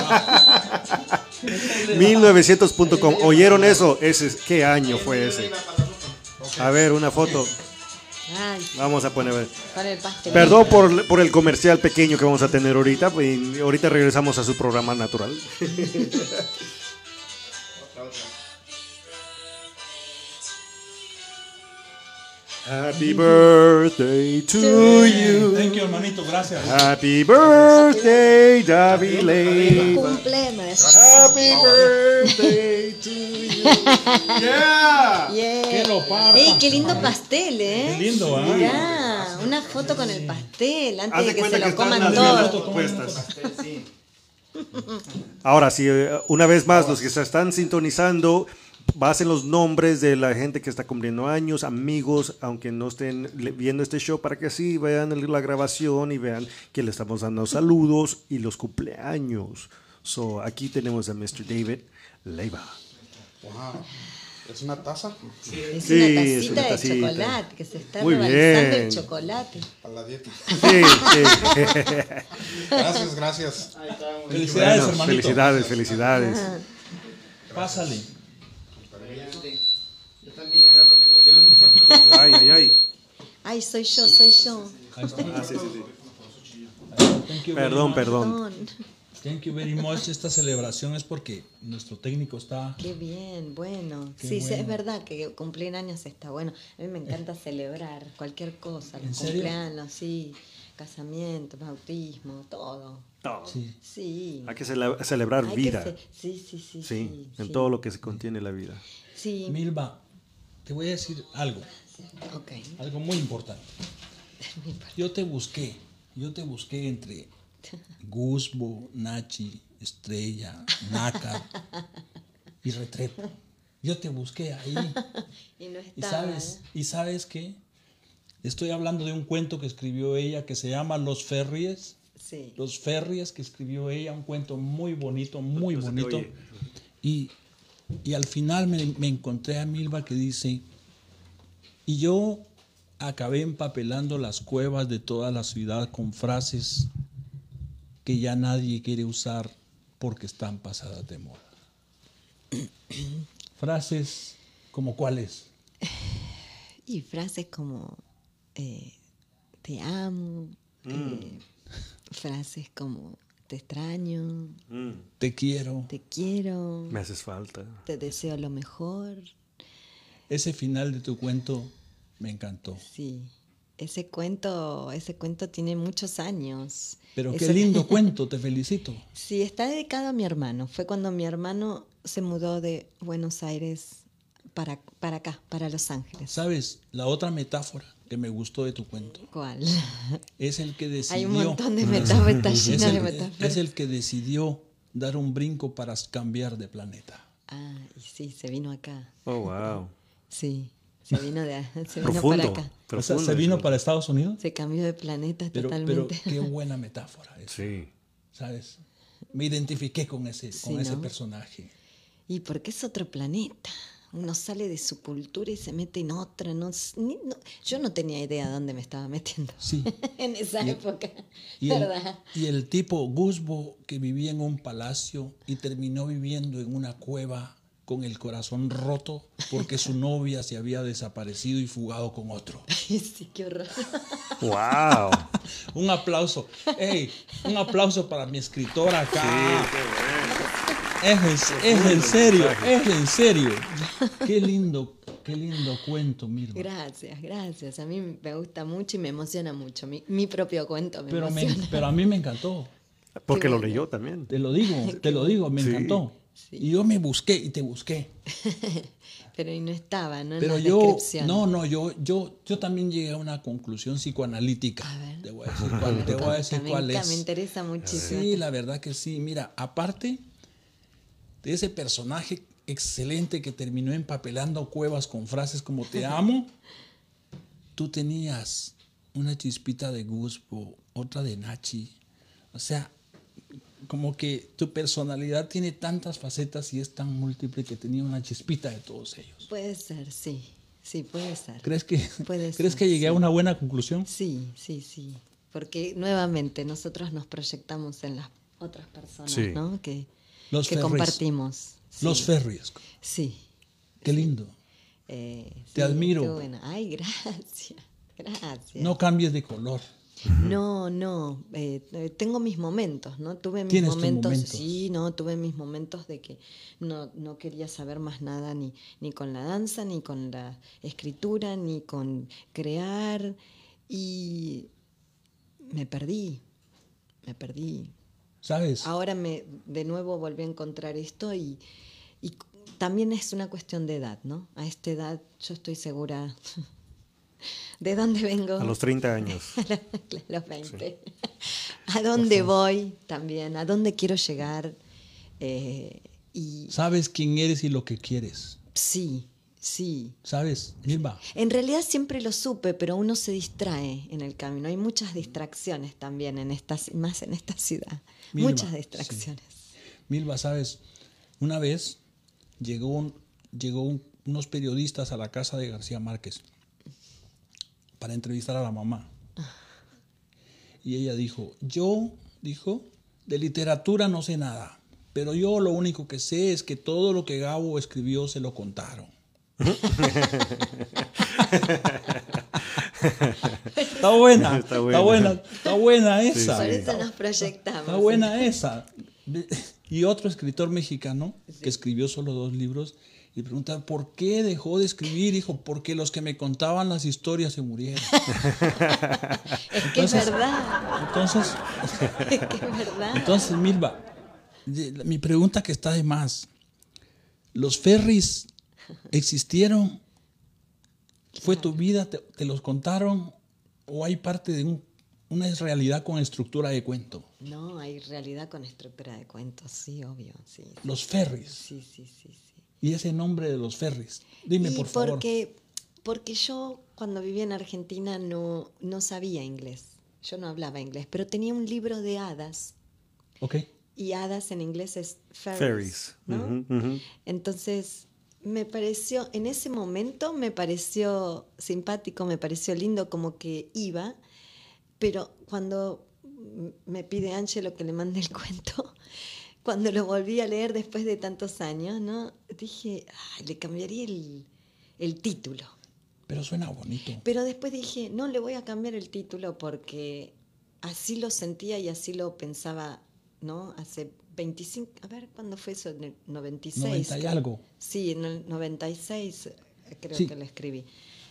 1900.com. ¿Oyeron eso? ¿Qué año fue ese? A ver, una foto. Ay, Vamos a poner. con el pastel. Perdón por el comercial pequeño que vamos a tener ahorita. Y ahorita regresamos a su programa natural. Happy birthday to you. Thank you, hermanito, gracias. Happy birthday, David Feliz Leiva. cumpleaños. Happy birthday to you. Yeah. Yeah. Que lo parta. ¡Ey, qué lindo pastel, Qué lindo, ¿ah? Ya, una foto con el pastel Haz antes de de que cuenta se que lo coman están las todo. puestas. Ahora sí, una vez más, los que se están sintonizando, basen los nombres de la gente que está cumpliendo años, amigos, aunque no estén viendo este show, para que así vean la grabación y vean que le estamos dando saludos y los cumpleaños. So, aquí tenemos a Mr. David Leiva. Wow. ¿Es una taza? Es Sí, una es una tacita de tacita. chocolate, que se está Muy rebalsando bien. el chocolate. Para la dieta. Sí, sí. Gracias, gracias. Felicidades, Bueno, hermanito. felicidades. Pásale. Yo también agarro mi huella. Ay, ay, ay. Ay, soy yo. Ahí está. Ah, sí, sí, sí. Thank you very Perdón, much. perdón. Thank you very much. Esta celebración es porque nuestro técnico está. Qué bien, bueno. Qué Sí, bueno. es verdad que cumplir años está bueno. A mí me encanta celebrar cualquier cosa, ¿En los serio? cumpleaños, sí, casamientos, bautismo, todo. No, Sí. Sí. hay que celebrar Hay que vida. sí, Sí, en sí. todo lo que se contiene la vida. Sí, Milva, te voy a decir algo, ok. algo muy importante. Yo te busqué entre Guzbo, Nachi, Estrella, Nácar y Retrepo. Yo te busqué ahí. Y no ¿Y estaba. sabes qué? Estoy hablando de un cuento que escribió ella que se llama Los Ferries. Sí. Los Ferries que escribió ella, un cuento muy bonito, muy No se te bonito. oye. Y al final me encontré a Milva que dice, y yo acabé empapelando las cuevas de toda la ciudad con frases que ya nadie quiere usar porque están pasadas de moda. Frases como cuáles. Y frases como te amo, frases como te extraño, Te quiero. te quiero, Me haces falta. te deseo lo mejor. Ese final de tu cuento me encantó. Sí, ese cuento tiene muchos años. Pero Ese- qué lindo cuento, te felicito. Sí, está dedicado a mi hermano. Fue cuando mi hermano se mudó de Buenos Aires para acá, para Los Ángeles. ¿Sabes? La otra metáfora que me gustó de tu cuento ¿Cuál? es el que decidió. Hay un montón de metáforas, está es llena de el, metáforas. es el que decidió dar un brinco para cambiar de planeta. Ah, y sí, se vino acá. Oh, wow. Sí, se vino se vino Profundo. para acá. O sea, Profundo ¿se vino eso. para Estados Unidos? Se cambió de planeta Pero totalmente. qué buena metáfora es, Sí. ¿sabes? Me identifiqué con ese Sí, ese ¿no? personaje. Y porque es otro planeta. Uno sale de su cultura y se mete en otra. Yo no tenía idea dónde me estaba metiendo Sí. en esa época. Y ¿Verdad? el tipo Guzbo que vivía en un palacio y terminó viviendo en una cueva con el corazón roto porque su novia se había desaparecido y fugado con otro. Ay, sí, qué horror. Wow. Un aplauso. ¡Ey! Un aplauso para mi escritora acá. Es en serio, es en serio. Qué lindo cuento, Mirva. Gracias. A mí me gusta mucho y me emociona mucho. Mi propio cuento me emociona. Pero a mí me encantó. Porque Qué lo bueno. leyó también. Te lo digo, me Sí. encantó. Sí. Y yo me busqué y te busqué. Pero y no estaba, ¿no? En Pero la yo, descripción. yo también llegué a una conclusión psicoanalítica. A ver. Te voy a decir cuál Me es. interesa muchísimo. Sí, la verdad que sí. Mira, aparte de ese personaje excelente que terminó empapelando cuevas con frases como te amo, tú tenías una chispita de Guzbo, otra de Nachi. O sea, como que tu personalidad tiene tantas facetas y es tan múltiple que tenía una chispita de todos ellos. Puede ser, sí. Sí, puede ser. ¿Crees que, Puede ¿crees ser, que llegué a sí. una buena conclusión? Sí, sí, sí. Porque nuevamente nosotros nos proyectamos en las otras personas, Sí. ¿no? Que Los que Ferris. compartimos. Sí. Los Ferris. Sí. Qué lindo. Te Te admiro. Ay, gracias. Gracias. No cambies de color. No, no. Tengo mis momentos, ¿no? Tuve mis Tienes tus momentos. momentos. Sí, no, tuve mis momentos de que no quería saber más nada ni con la danza, ni con la escritura, ni con crear. Y me perdí. ¿Sabes? Ahora de nuevo volví a encontrar esto y también es una cuestión de edad, ¿no? A esta edad yo estoy segura de dónde vengo. A los 30 años. A los 20. A dónde voy también, a dónde quiero llegar. Y Sabes quién eres y lo que quieres. sí. ¿Sabes, Milva? En realidad siempre lo supe, pero uno se distrae en el camino. Hay muchas distracciones también más en esta ciudad. Milva, Muchas distracciones. Milva, ¿sabes? Una vez unos periodistas a la casa de García Márquez para entrevistar a la mamá. Y ella dijo, de literatura no sé nada, pero yo lo único que sé es que todo lo que Gabo escribió se lo contaron. Está buena, Está está buena esa. Por eso nos proyectamos. Está buena esa. Y otro escritor mexicano que escribió solo 2 libros y pregunta, ¿por qué dejó de escribir? Dijo, porque los que me contaban las historias se murieron. Es que es verdad. Entonces, Es que es verdad. entonces, Milva, mi pregunta que está de más, ¿los Ferris existieron? ¿Fue tu vida? ¿Te los contaron? ¿O hay parte de una realidad con estructura de cuento? No, hay realidad con estructura de cuentos, sí, obvio. Sí, Los Ferris. sí. Y ese nombre de los Ferris. Dime, por favor. Porque yo cuando vivía en Argentina no sabía inglés. Yo no hablaba inglés, pero tenía un libro de hadas. Ok. Y hadas en inglés es fairies, Fairies. ¿no? Ujú, ujú. Entonces, en ese momento me pareció simpático, me pareció lindo, como que iba, pero cuando me pide Ángelo que le mande el cuento, cuando lo volví a leer después de tantos años, ¿no? Dije, le cambiaría el título. Pero suena bonito. Pero después dije, no le voy a cambiar el título porque así lo sentía y así lo pensaba, ¿no? Hace 25, a ver, ¿cuándo fue eso? En el 96. 90 y algo. Sí, en el 96 creo Sí. que lo escribí.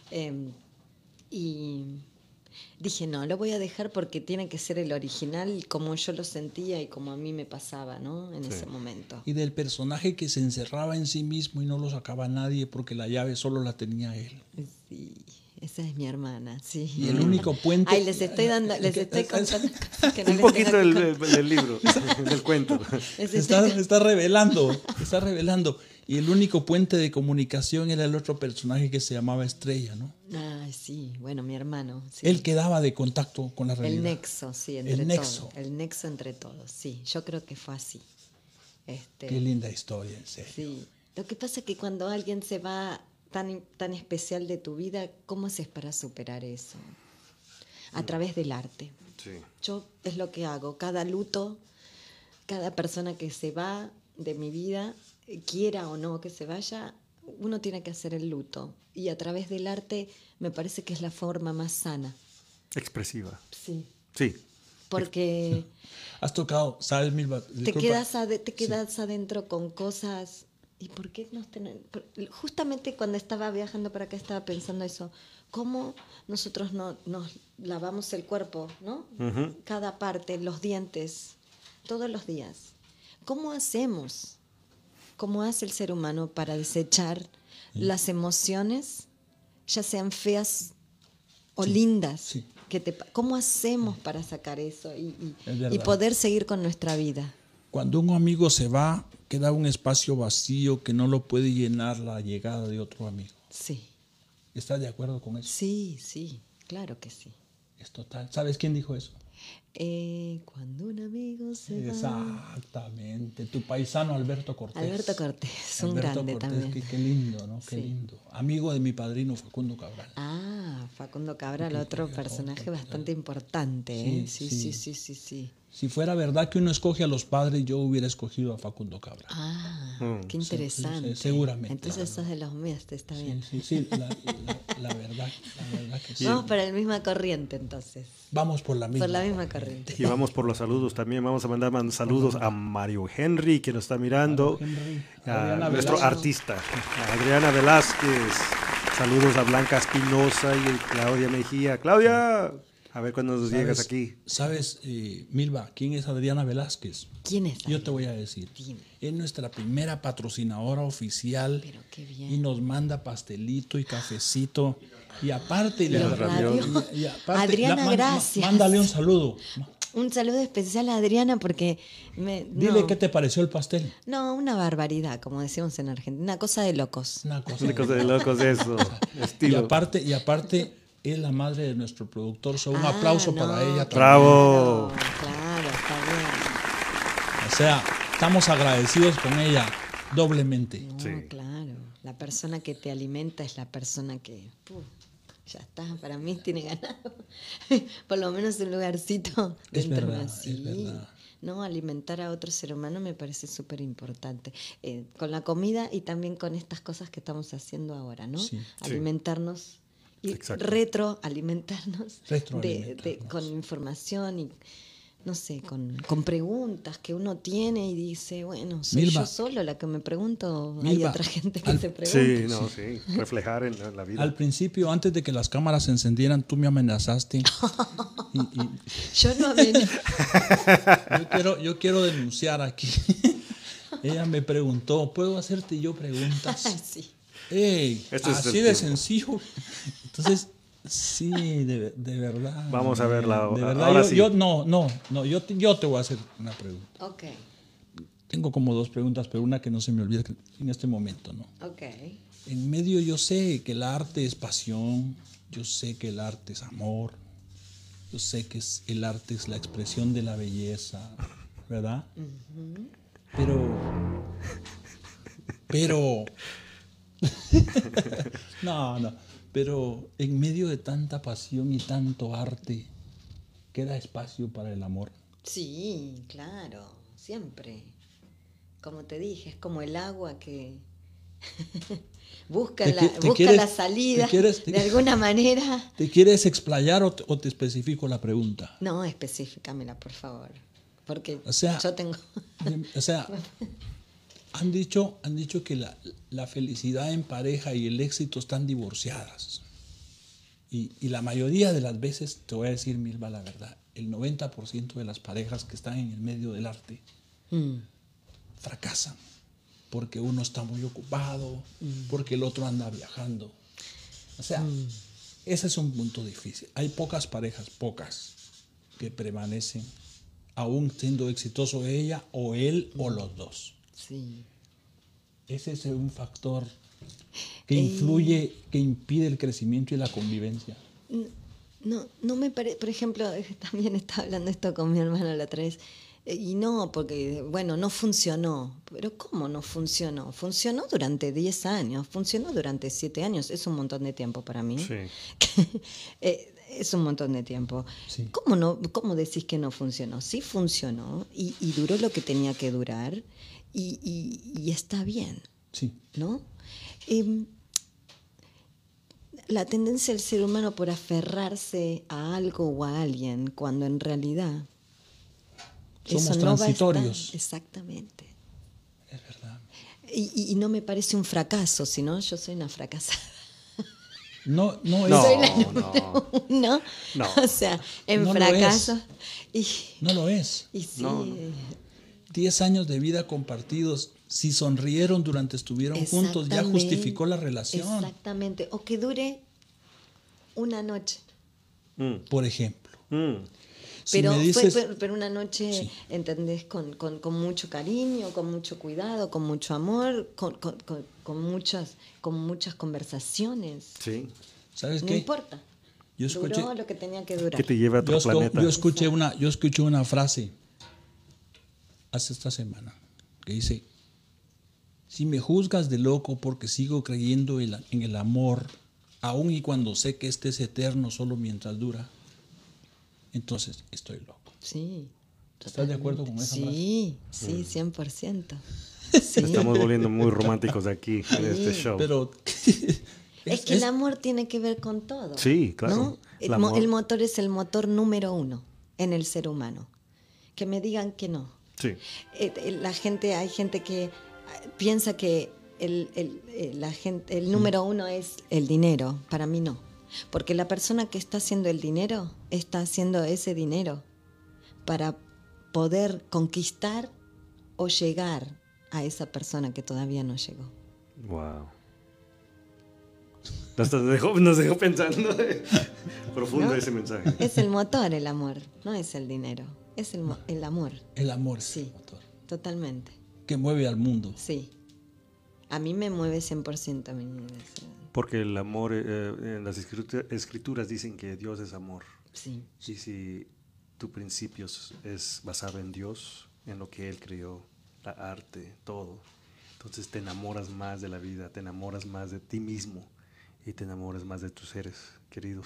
Y dije, no, lo voy a dejar porque tiene que ser el original como yo lo sentía y como a mí me pasaba, ¿no? En ese momento. Y del personaje que se encerraba en sí mismo y no lo sacaba nadie porque la llave solo la tenía él. Sí, esa es mi hermana, sí. Y el único puente... Ay, les estoy contando cosas que no Un les poquito tengo que del libro, del cuento. Les Está estoy- revelando. Y el único puente de comunicación era el otro personaje que se llamaba Estrella, ¿no? Ay, sí, bueno, mi hermano. Sí. Él quedaba de contacto con la realidad. El nexo, sí, entre El nexo. todos. El nexo entre todos, sí. Yo creo que fue así. Qué linda historia, en serio. Sí. Lo que pasa es que cuando alguien se va tan especial de tu vida, ¿cómo haces para superar eso? A través del arte. Sí. Yo es lo que hago. Cada luto, cada persona que se va de mi vida, quiera o no que se vaya, uno tiene que hacer el luto. Y a través del arte me parece que es la forma más sana. Expresiva. Sí. Sí. Porque Has tocado, ¿sabes, Milva? te Disculpa. quedas adentro con cosas. ¿Y por qué justamente cuando estaba viajando para acá estaba pensando eso? ¿Cómo nosotros nos lavamos el cuerpo, ¿no? Ujú. Cada parte, los dientes, todos los días. ¿Cómo hacemos? ¿Cómo hace el ser humano para desechar las emociones, ya sean feas o lindas? sí. ¿Cómo hacemos para sacar eso Es y verdad. poder seguir con nuestra vida? Cuando un amigo se va, queda un espacio vacío que no lo puede llenar la llegada de otro amigo. Sí, ¿Estás de acuerdo con eso? sí, claro que sí. Es total. ¿Sabes quién dijo eso? Cuando un amigo se va. Exactamente. Tu paisano Alberto Cortés. Alberto Cortés, un grande también. Qué lindo, ¿no? Qué Sí. lindo. Amigo de mi padrino Facundo Cabral. Ah, Facundo Cabral, otro personaje bastante importante. Sí, Sí. sí. Si fuera verdad que uno escoge a los padres, yo hubiera escogido a Facundo Cabral. Ah, qué interesante. seguramente. Entonces sos de los míos, está bien. Sí, la verdad que sí. Vamos para la misma corriente entonces. Vamos por la misma. Por la misma corriente. Y vamos por los saludos también. Vamos a mandar saludos a Mario Henry, que nos está mirando. Henry. A Adriana nuestro Velasco. artista, a Adriana Velázquez. Saludos a Blanca Espinosa y a Claudia Mejía. Claudia, a ver cuándo nos llegas aquí. ¿Sabes, Milva, quién es Adriana Velázquez? ¿Quién es? Yo te voy a decir. Dime. Es nuestra primera patrocinadora oficial. Pero qué bien. Y nos manda pastelito y cafecito. Y aparte, Los radios. Adriana, gracias. Mándale un saludo. Un saludo especial a Adriana porque Dile qué te pareció el pastel. No, una barbaridad, como decimos en Argentina, una cosa de locos. Una cosa. Una cosa de locos eso. Estilo. Y aparte es la madre de nuestro productor. So, un aplauso para ella también. Bravo. Claro, está bien. O sea, estamos agradecidos con ella doblemente. No, Sí. claro. La persona que te alimenta es la persona que ya está, para mí tiene ganado. Por lo menos un lugarcito Es dentro verdad, de sí. es verdad. No, alimentar a otro ser humano me parece súper importante. Con la comida y también con estas cosas que estamos haciendo ahora, ¿no? Sí. Alimentarnos y Exacto. retroalimentarnos Retroalimentarnos. con información y no sé, con preguntas que uno tiene y dice, bueno, ¿soy Milva. yo solo la que me pregunto? Hay Milva, otra gente que al- se pregunta. Sí, reflejar en la vida. Al principio, antes de que las cámaras se encendieran, tú me amenazaste. y Yo no amenazo. yo quiero denunciar aquí. Ella me preguntó, ¿puedo hacerte yo preguntas? Sí. Ey, Este es así el de tiempo. sencillo. Entonces, sí, de verdad. Vamos a verla. De verdad, Ahora yo, sí. yo te voy a hacer una pregunta. Ok, Tengo como dos preguntas, pero una que no se me olvida en este momento, ¿no? ok. En medio yo sé que el arte es pasión, yo sé que el arte es amor, yo sé que el arte es la expresión de la belleza, ¿verdad? Pero, pero en medio de tanta pasión y tanto arte, ¿queda espacio para el amor? Sí, claro, siempre. Como te dije, es como el agua que busca la salida de alguna manera. ¿Te quieres explayar o te especifico la pregunta? No, específicamela, por favor. Porque O sea, yo tengo... O sea, han dicho que la felicidad en pareja y el éxito están divorciadas. Y la mayoría de las veces, te voy a decir, Milva, la verdad, el 90% de las parejas que están en el medio del arte fracasan. Porque uno está muy ocupado, porque el otro anda viajando. O sea, ese es un punto difícil. Hay pocas parejas, que permanecen, aún siendo exitoso ella o él o los dos. Sí. Ese es un factor que influye, que impide el crecimiento y la convivencia. No me parece, por ejemplo, también estaba hablando esto con mi hermano la otra vez, y no, porque, bueno, no funcionó. Pero ¿cómo no funcionó? Funcionó durante 10 años, funcionó durante 7 años, es un montón de tiempo para mí. Sí. Es un montón de tiempo. Sí. ¿Cómo decís que no funcionó? Sí funcionó y duró lo que tenía que durar y está bien, Sí. ¿no? La tendencia del ser humano por aferrarse a algo o a alguien, cuando en realidad Somos eso no va a transitorios. estar. Exactamente. Es verdad. Y no me parece un fracaso, sino yo soy una fracasada. No Soy la es. número uno. No. O sea, en No lo fracaso. No lo es. Y sí. No. 10 años de vida compartidos, si sonrieron durante estuvieron juntos, ya Exactamente. justificó la relación. Exactamente. O que dure una noche. Por ejemplo. Si Pero, me dices, pero una noche, Sí. ¿entendés? Con mucho cariño, con mucho cuidado, con mucho amor, con muchas conversaciones. Sí. ¿sabes No qué? importa. Yo escuché, Duró lo que tenía que durar. ¿Qué te lleva a otro planeta? yo escuché una frase hace esta semana, que dice, si me juzgas de loco porque sigo creyendo en el amor, aun y cuando sé que este es eterno solo mientras dura, entonces estoy loco. Sí. ¿Estás de acuerdo con esa frase? Sí, sí, 100%. Sí. Estamos volviendo muy románticos aquí en este show. Pero Es que el amor tiene que ver con todo. Sí, claro. ¿no? El amor. El motor es el motor número 1 en el ser humano. Que me digan que no. Sí. Hay gente que piensa que el número 1 es el dinero. Para mí no. Porque la persona que está haciendo el dinero está haciendo ese dinero para poder conquistar o llegar a esa persona que todavía no llegó. Wow. Nos dejó pensando. Profundo ¿No? ese mensaje. Es el motor el amor, no es el dinero. Es el amor. el amor es Sí, el motor totalmente. que mueve al mundo. Sí. A mí me mueve 100% mi vida. Porque el amor, en las escrituras dicen que Dios es amor. Sí. Y si tu principio es basado en Dios, en lo que Él creó, la arte, todo, entonces te enamoras más de la vida, te enamoras más de ti mismo y te enamoras más de tus seres queridos.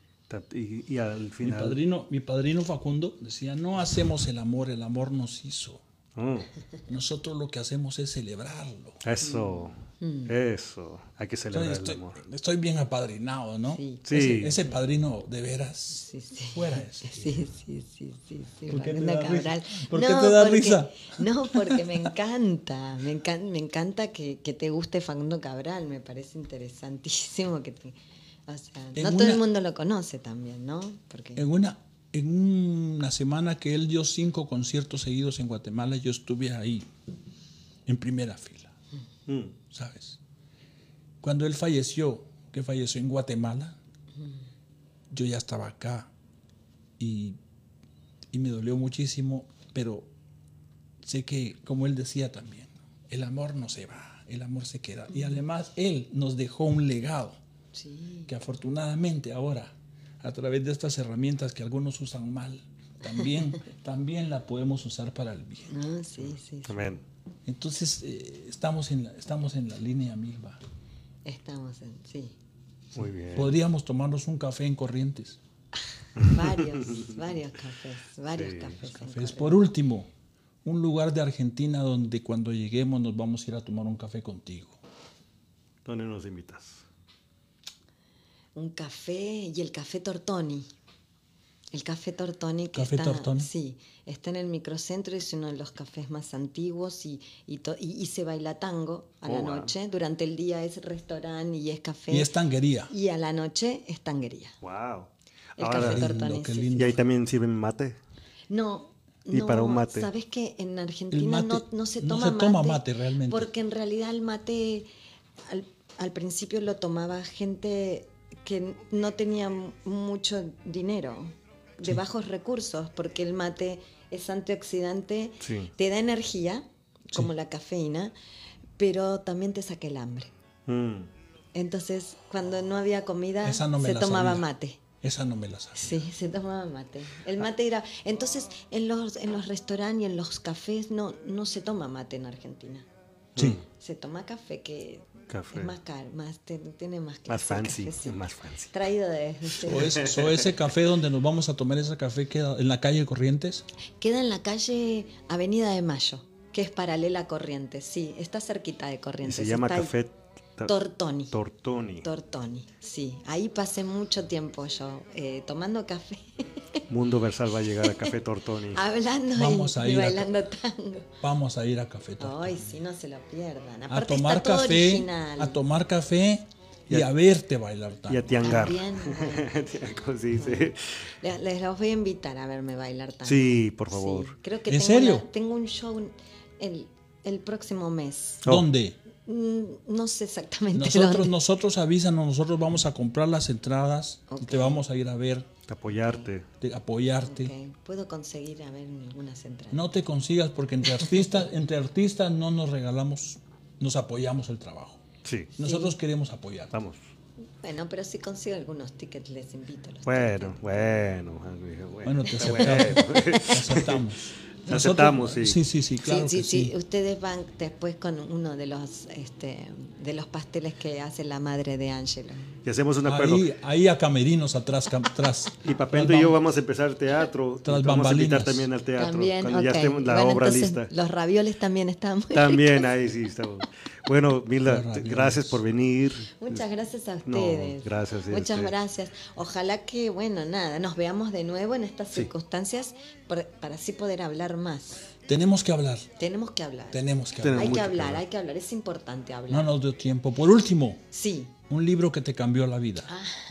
Y al final... Mi padrino Facundo decía, no hacemos el amor nos hizo. Mm, Nosotros lo que hacemos es celebrarlo. eso, eso. Hay que celebrar Entonces, el amor. estoy bien apadrinado, ¿no? Sí. Sí. Ese padrino, de veras, Sí, sí. fuera ese. Sí. ¿Por qué te Facundo da risa? Cabral. ¿Por qué te da risa? No, porque me encanta. Me encanta que te guste Facundo Cabral. Me parece interesantísimo o sea, En no todo una- el mundo lo conoce también, ¿no? Porque En una semana que él dio 5 conciertos seguidos en Guatemala, yo estuve ahí, en primera fila, Mm, ¿sabes? Cuando él falleció, que falleció en Guatemala, yo ya estaba acá y me dolió muchísimo, pero sé que, como él decía también, el amor no se va, el amor se queda. Y además él nos dejó un legado sí. que afortunadamente ahora, a través de estas herramientas que algunos usan mal, también la podemos usar para el bien. No, sí. amén. Entonces, estamos en la línea Milva. Estamos en, sí. Muy bien. Podríamos tomarnos un café en Corrientes. Varios cafés, Sí, cafés. en Cafés. Corrientes. Por último, un lugar de Argentina donde cuando lleguemos nos vamos a ir a tomar un café contigo. ¿Dónde nos invitas? Un café y el café Tortoni. El café Tortoni que ¿Café está, Tortoni? sí, está en el microcentro, es uno de los cafés más antiguos y se baila tango a la Oh, wow. noche. Durante el día es restaurante y es café. Y es tanguería. Y a la noche es tanguería. Wow. El Ahora, café lindo, Tortoni. qué sí, lindo. ¿y ahí también sirven mate? No. ¿Y para un mate? Sabes que en El Argentina mate, no se no toma se toma mate realmente. porque en realidad el mate al principio lo tomaba gente que no tenía mucho dinero, de bajos recursos, porque el mate es antioxidante, Sí. te da energía, como la cafeína, pero también te saca el hambre. Mm, Entonces, cuando no había comida, Esa no me se la tomaba sabía. mate. Esa no me la sabía. Sí, se tomaba mate. El mate era... Entonces, en los restaurantes y en los cafés no se toma mate en Argentina. Sí. Se toma café que Café. es más caro, tiene más clase. más el fancy, café, sí. más fancy. Traído de... O ese café donde nos vamos a tomar ese café queda en la calle Corrientes. Queda en la calle Avenida de Mayo, que es paralela a Corrientes. Sí, está cerquita de Y Corrientes. se llama está ahí. café Tortoni. Tortoni. Tortoni, sí. Ahí pasé mucho tiempo yo tomando café, Mundo Versal va a llegar a Café Tortoni. hablando Vamos a y ir a- bailando tango. Vamos a ir a Café Tortoni. Ay, sí, no se lo pierdan. A Aparte tomar está todo café, original. a tomar café y a verte bailar Y a tango. tiangar. También, ¿Cómo se dice? les los voy a invitar a verme bailar tango. Sí, por favor. Sí, creo que ¿En tengo serio? tengo un show el próximo mes. Oh. ¿Dónde? No sé exactamente Nosotros, dónde. avísanos, nosotros vamos a comprar las entradas y Ok. te vamos a ir a ver, Apoyarte. apoyarte. Ok, puedo conseguir a ver algunas entradas. No te consigas porque entre artistas no nos regalamos, nos apoyamos el trabajo. Sí. Nosotros queremos apoyar. Vamos. Bueno, pero si consigo algunos tickets les invito. A los Bueno, tickets. bueno. Bueno, te Está aceptamos. Te aceptamos. Aceptamos, sí. Sí, claro sí, que sí. ustedes van después con uno de los pasteles que hace la madre de Ángelo. Y hacemos un acuerdo. Ahí a camerinos atrás. Y Papento y yo vamos a empezar teatro. Tras Vamos a invitar bambalinas. también al teatro. También, cuando ya ok. estemos la Bueno, obra entonces, lista. los ravioles también están muy También ahí sí estamos. Bueno, Milda, Los ravioles. gracias por venir. Muchas gracias a No, ustedes. gracias a Muchas usted. gracias. Ojalá que, bueno, nada, nos veamos de nuevo en estas circunstancias para así poder hablar más. Tenemos que hablar. Tenemos que hablar. Tenemos que Tenemos hablar. Hay que mucho que hablar, hablar. hay que hablar. Es importante hablar. No nos dio tiempo. Por último, Sí. un libro que te cambió la vida.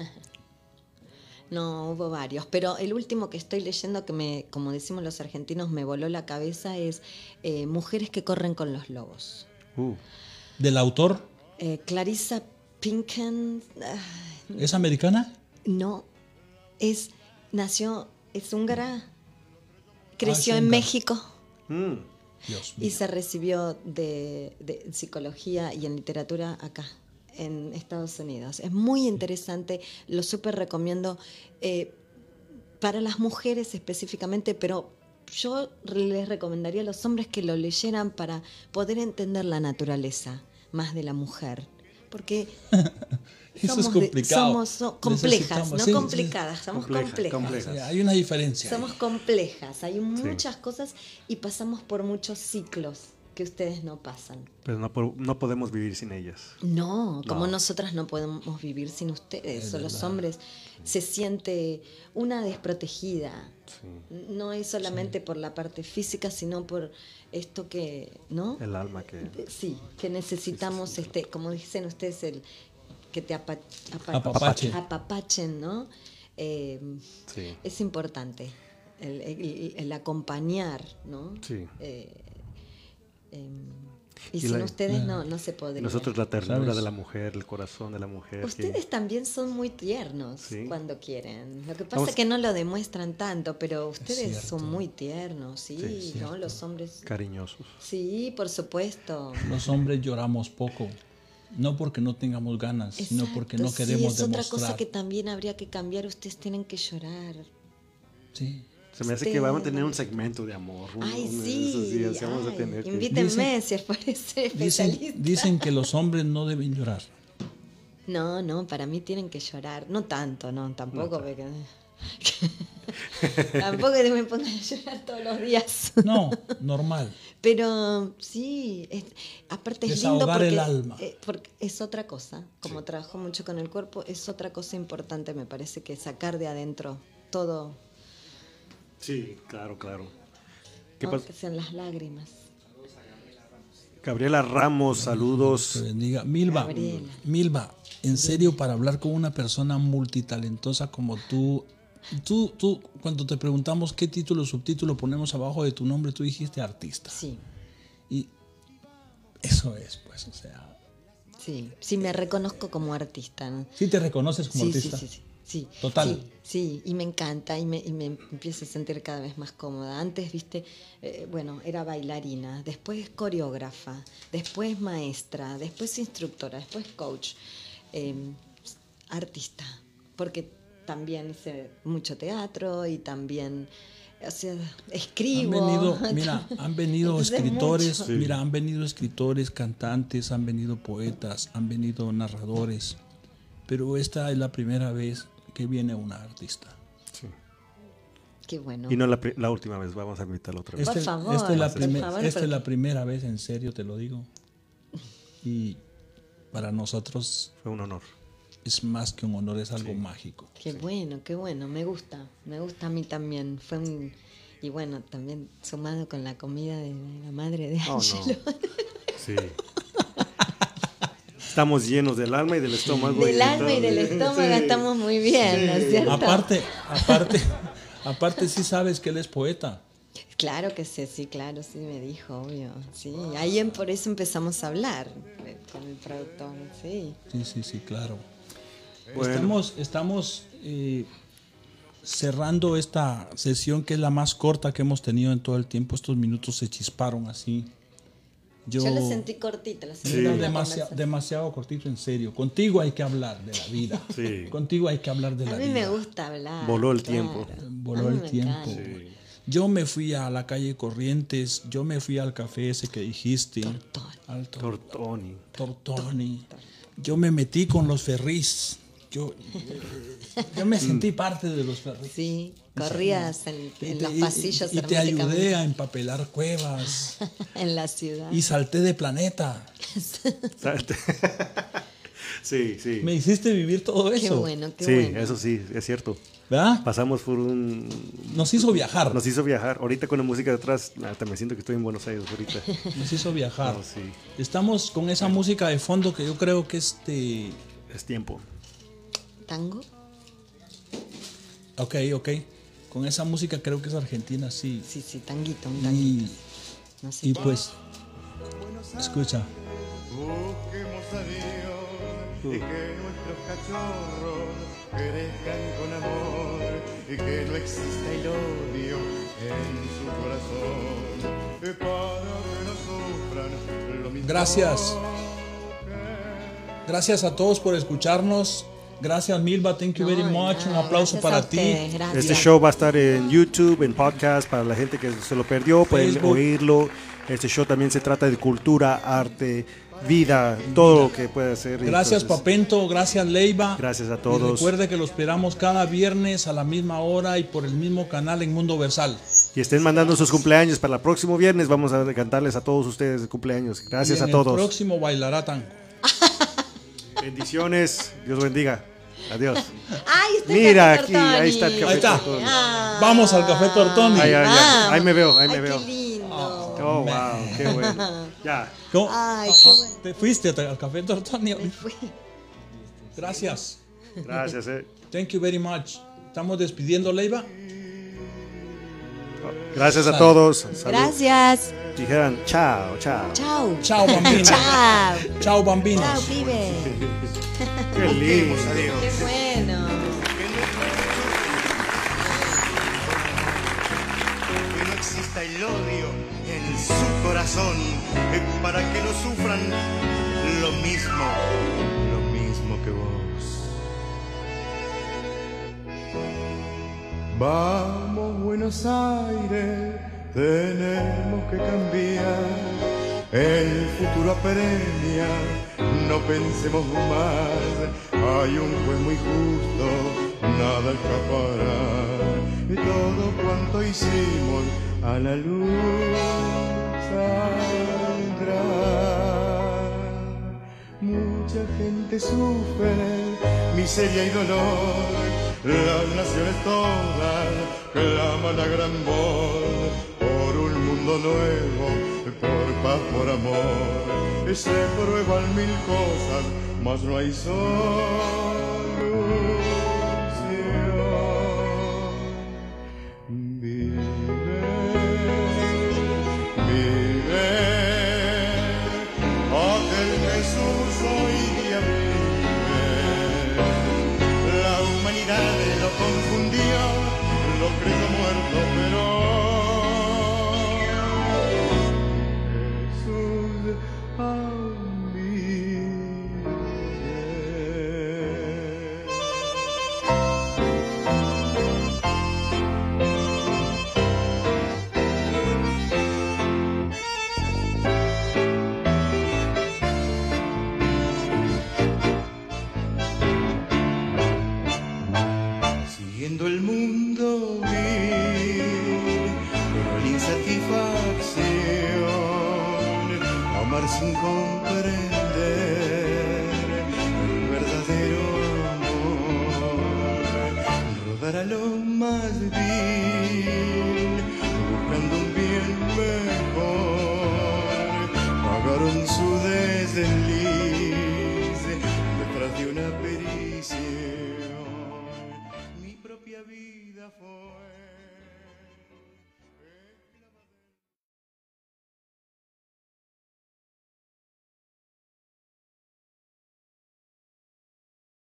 No, hubo varios, pero el último que estoy leyendo que como decimos los argentinos, me voló la cabeza es Mujeres que corren con los lobos. Del autor, Clarissa Pinken, ¿es americana? no, es húngara, creció es en húngara. México Dios y mío. se recibió de psicología y en literatura acá, en Estados Unidos. Es muy interesante, lo súper recomiendo para las mujeres específicamente, pero yo les recomendaría a los hombres que lo leyeran para poder entender la naturaleza más de la mujer. Porque Eso es complicado. complejas, Necesitamos- no sí, complicadas, somos complejas. Sí, hay una diferencia. Somos ahí. complejas, hay muchas cosas y pasamos por muchos ciclos que ustedes no pasan. Pero no podemos vivir sin ellas. No, como No. nosotras no podemos vivir sin ustedes, Es o los verdad. hombres se siente una desprotegida. No es solamente por la parte física, sino por esto que, ¿no? El alma que... Sí, que necesitamos, como dicen ustedes, que te Apapache. apapachen, ¿no? Sí. Es importante el acompañar, ¿no? Sí. Y Y sin la- ustedes no se podría. Nosotros la ternura ¿Sabes? de la mujer, el corazón de la mujer. que- Ustedes también son muy tiernos Sí. cuando quieren. Lo que pasa Vamos- es que no lo demuestran tanto, pero ustedes cierto. son muy tiernos, sí, Sí, ¿no? Los hombres. Cariñosos. Sí, por supuesto. Los hombres lloramos poco. No porque no tengamos ganas, sino porque no Exacto, queremos sí, es otra demostrar. cosa que también habría que cambiar. Ustedes tienen que llorar. Sí. Se me hace que vamos a tener un segmento de amor. Ay, uno de sí. esos días vamos a ay, tener que- invítenme si es por ese especialista. Dicen que los hombres no deben llorar. No, para mí tienen que llorar. No tanto, no, tampoco. Porque... tampoco que me pongan a llorar todos los días. No, normal. Pero sí, aparte es lindo Desahogar porque, el alma. porque es otra cosa. Como trabajo mucho con el cuerpo, es otra cosa importante, me parece, que sacar de adentro todo, Sí, claro. ¿Qué pasa? aunque sean las lágrimas. Gabriela Ramos, saludos. Te bendiga. Milva, en serio, para hablar con una persona multitalentosa como tú, cuando te preguntamos qué título o subtítulo ponemos abajo de tu nombre, tú dijiste artista. Sí, Y eso es, pues, o sea, sí, me reconozco como artista, ¿no? ¿sí te reconoces como Sí, artista? sí. Total. Sí, y me encanta y me empiezo a sentir cada vez más cómoda. Antes, viste, era bailarina, después coreógrafa, después maestra, después instructora, después coach, artista, porque también hice mucho teatro y también, o sea, escribo. Han venido Entonces, escritores, mucho. mira, han venido escritores, cantantes, han venido poetas, han venido narradores, pero esta es la primera vez que viene una artista. Sí. Qué bueno. Y no la última vez, vamos a invitarla otra vez. Por favor, Esta es la, por favor, esta es porque- la primera vez, en serio te lo digo. Y para nosotros Fue un honor. es más que un honor, es algo mágico. Qué bueno, me gusta a mí también. Y bueno, también sumado con la comida de la madre de Oh, Ángelo. no. Sí. Estamos llenos del alma y del estómago. Del alma y del estómago estamos muy bien, ¿no es cierto? Aparte sí sabes que él es poeta. Claro que sí, claro, sí me dijo, obvio. Sí, ahí por eso empezamos a hablar con el productor, sí. Sí, claro. Bueno. Estamos cerrando esta sesión que es la más corta que hemos tenido en todo el tiempo. Estos minutos se chisparon así. Yo lo sentí cortita, lo sentí Era como una demasiado, conversación. demasiado cortito, en serio. Contigo hay que hablar de la vida. Sí. Contigo hay que hablar de A la mí vida. me gusta hablar. Voló el claro. tiempo. Voló A mí el me tiempo. encanta. Yo me fui a la calle Corrientes, yo me fui al café ese que dijiste. Al Tortoni. Tortoni. Yo me metí con los ferrís. Yo me sentí parte de los ferrís. Sí, corrías en los pasillos y te ayudé a empapelar cuevas. en la ciudad. Y salté de planeta. Sí, sí. Me hiciste vivir todo eso. Qué bueno, qué Sí, bueno. eso sí, es cierto. ¿Verdad? Pasamos por un... Nos hizo viajar. Nos hizo viajar. Ahorita con la música detrás, hasta me siento que estoy en Buenos Aires ahorita. Nos hizo viajar. No, sí. Estamos con esa música de fondo que yo creo que Es tiempo. ¿Tango? Ok. Con esa música creo que es argentina, sí. Sí, tanguito, un tanguito. No sé Y qué. pues, escucha. Busquemos a Dios y que nuestros cachorros crezcan con amor y que no exista el odio en su corazón para que no sufran lo mismo. Gracias. Gracias a todos por escucharnos. Gracias, Milva. Thank you No, very de much. nada, Un aplauso gracias para a ti. ustedes, gracias. Este show va a estar en YouTube, en podcast, para la gente que se lo perdió, pueden Facebook. oírlo. Este show también se trata de cultura, arte, vida, todo lo que puede hacer. Gracias, Entonces, Papento. Gracias, Leiva. Gracias a Y todos. recuerde que lo esperamos cada viernes a la misma hora y por el mismo canal en Mundo Versal. Y estén mandando sus cumpleaños para el próximo viernes. Vamos a cantarles a todos ustedes de cumpleaños. Gracias Y en a todos. El próximo bailará tango. Bendiciones. Dios bendiga. Adiós. ¡Ay, está Mira el café aquí, ahí Tortoni! está el café Ahí está. Tortoni. Ah, Vamos al Café Tortoni. Ay, ay, ay. vamos. Ahí me veo, ahí Ay, me veo. qué lindo. Oh, wow, qué bueno. Ya. ¿Cómo? Ay, qué bueno. ¿Te fuiste al Café Tortoni? Me fui. Gracias. Gracias, Thank you very much. Estamos despidiendo, Leiva. Gracias a Salud. todos. Salud. Gracias. Dijeran chao, chao. Chao. Chao, bambino. Chao. Chao, bambinos. Chao, pibe. Qué lindo. Qué bueno. Que no exista el odio en su corazón para que no sufran lo mismo que vos. Vamos, Buenos Aires, tenemos que cambiar. El futuro apremia, no pensemos más. Hay un juez muy justo, nada escapará. Y todo cuanto hicimos a la luz saldrá. Mucha gente sufre, miseria y dolor. Las naciones todas claman a gran voz por un mundo nuevo, por paz, por amor. Se prueban mil cosas, mas no hay solución. Vive, vive, aquel Jesús hoy día vive. La humanidad lo confundió, lo creyó muerto, pero Jesús aún vive. Siguiendo el mundo vi con insatisfacción, amar sin comprender el verdadero amor, rodar a lo más vil, buscando un bien mejor, pagaron su desdén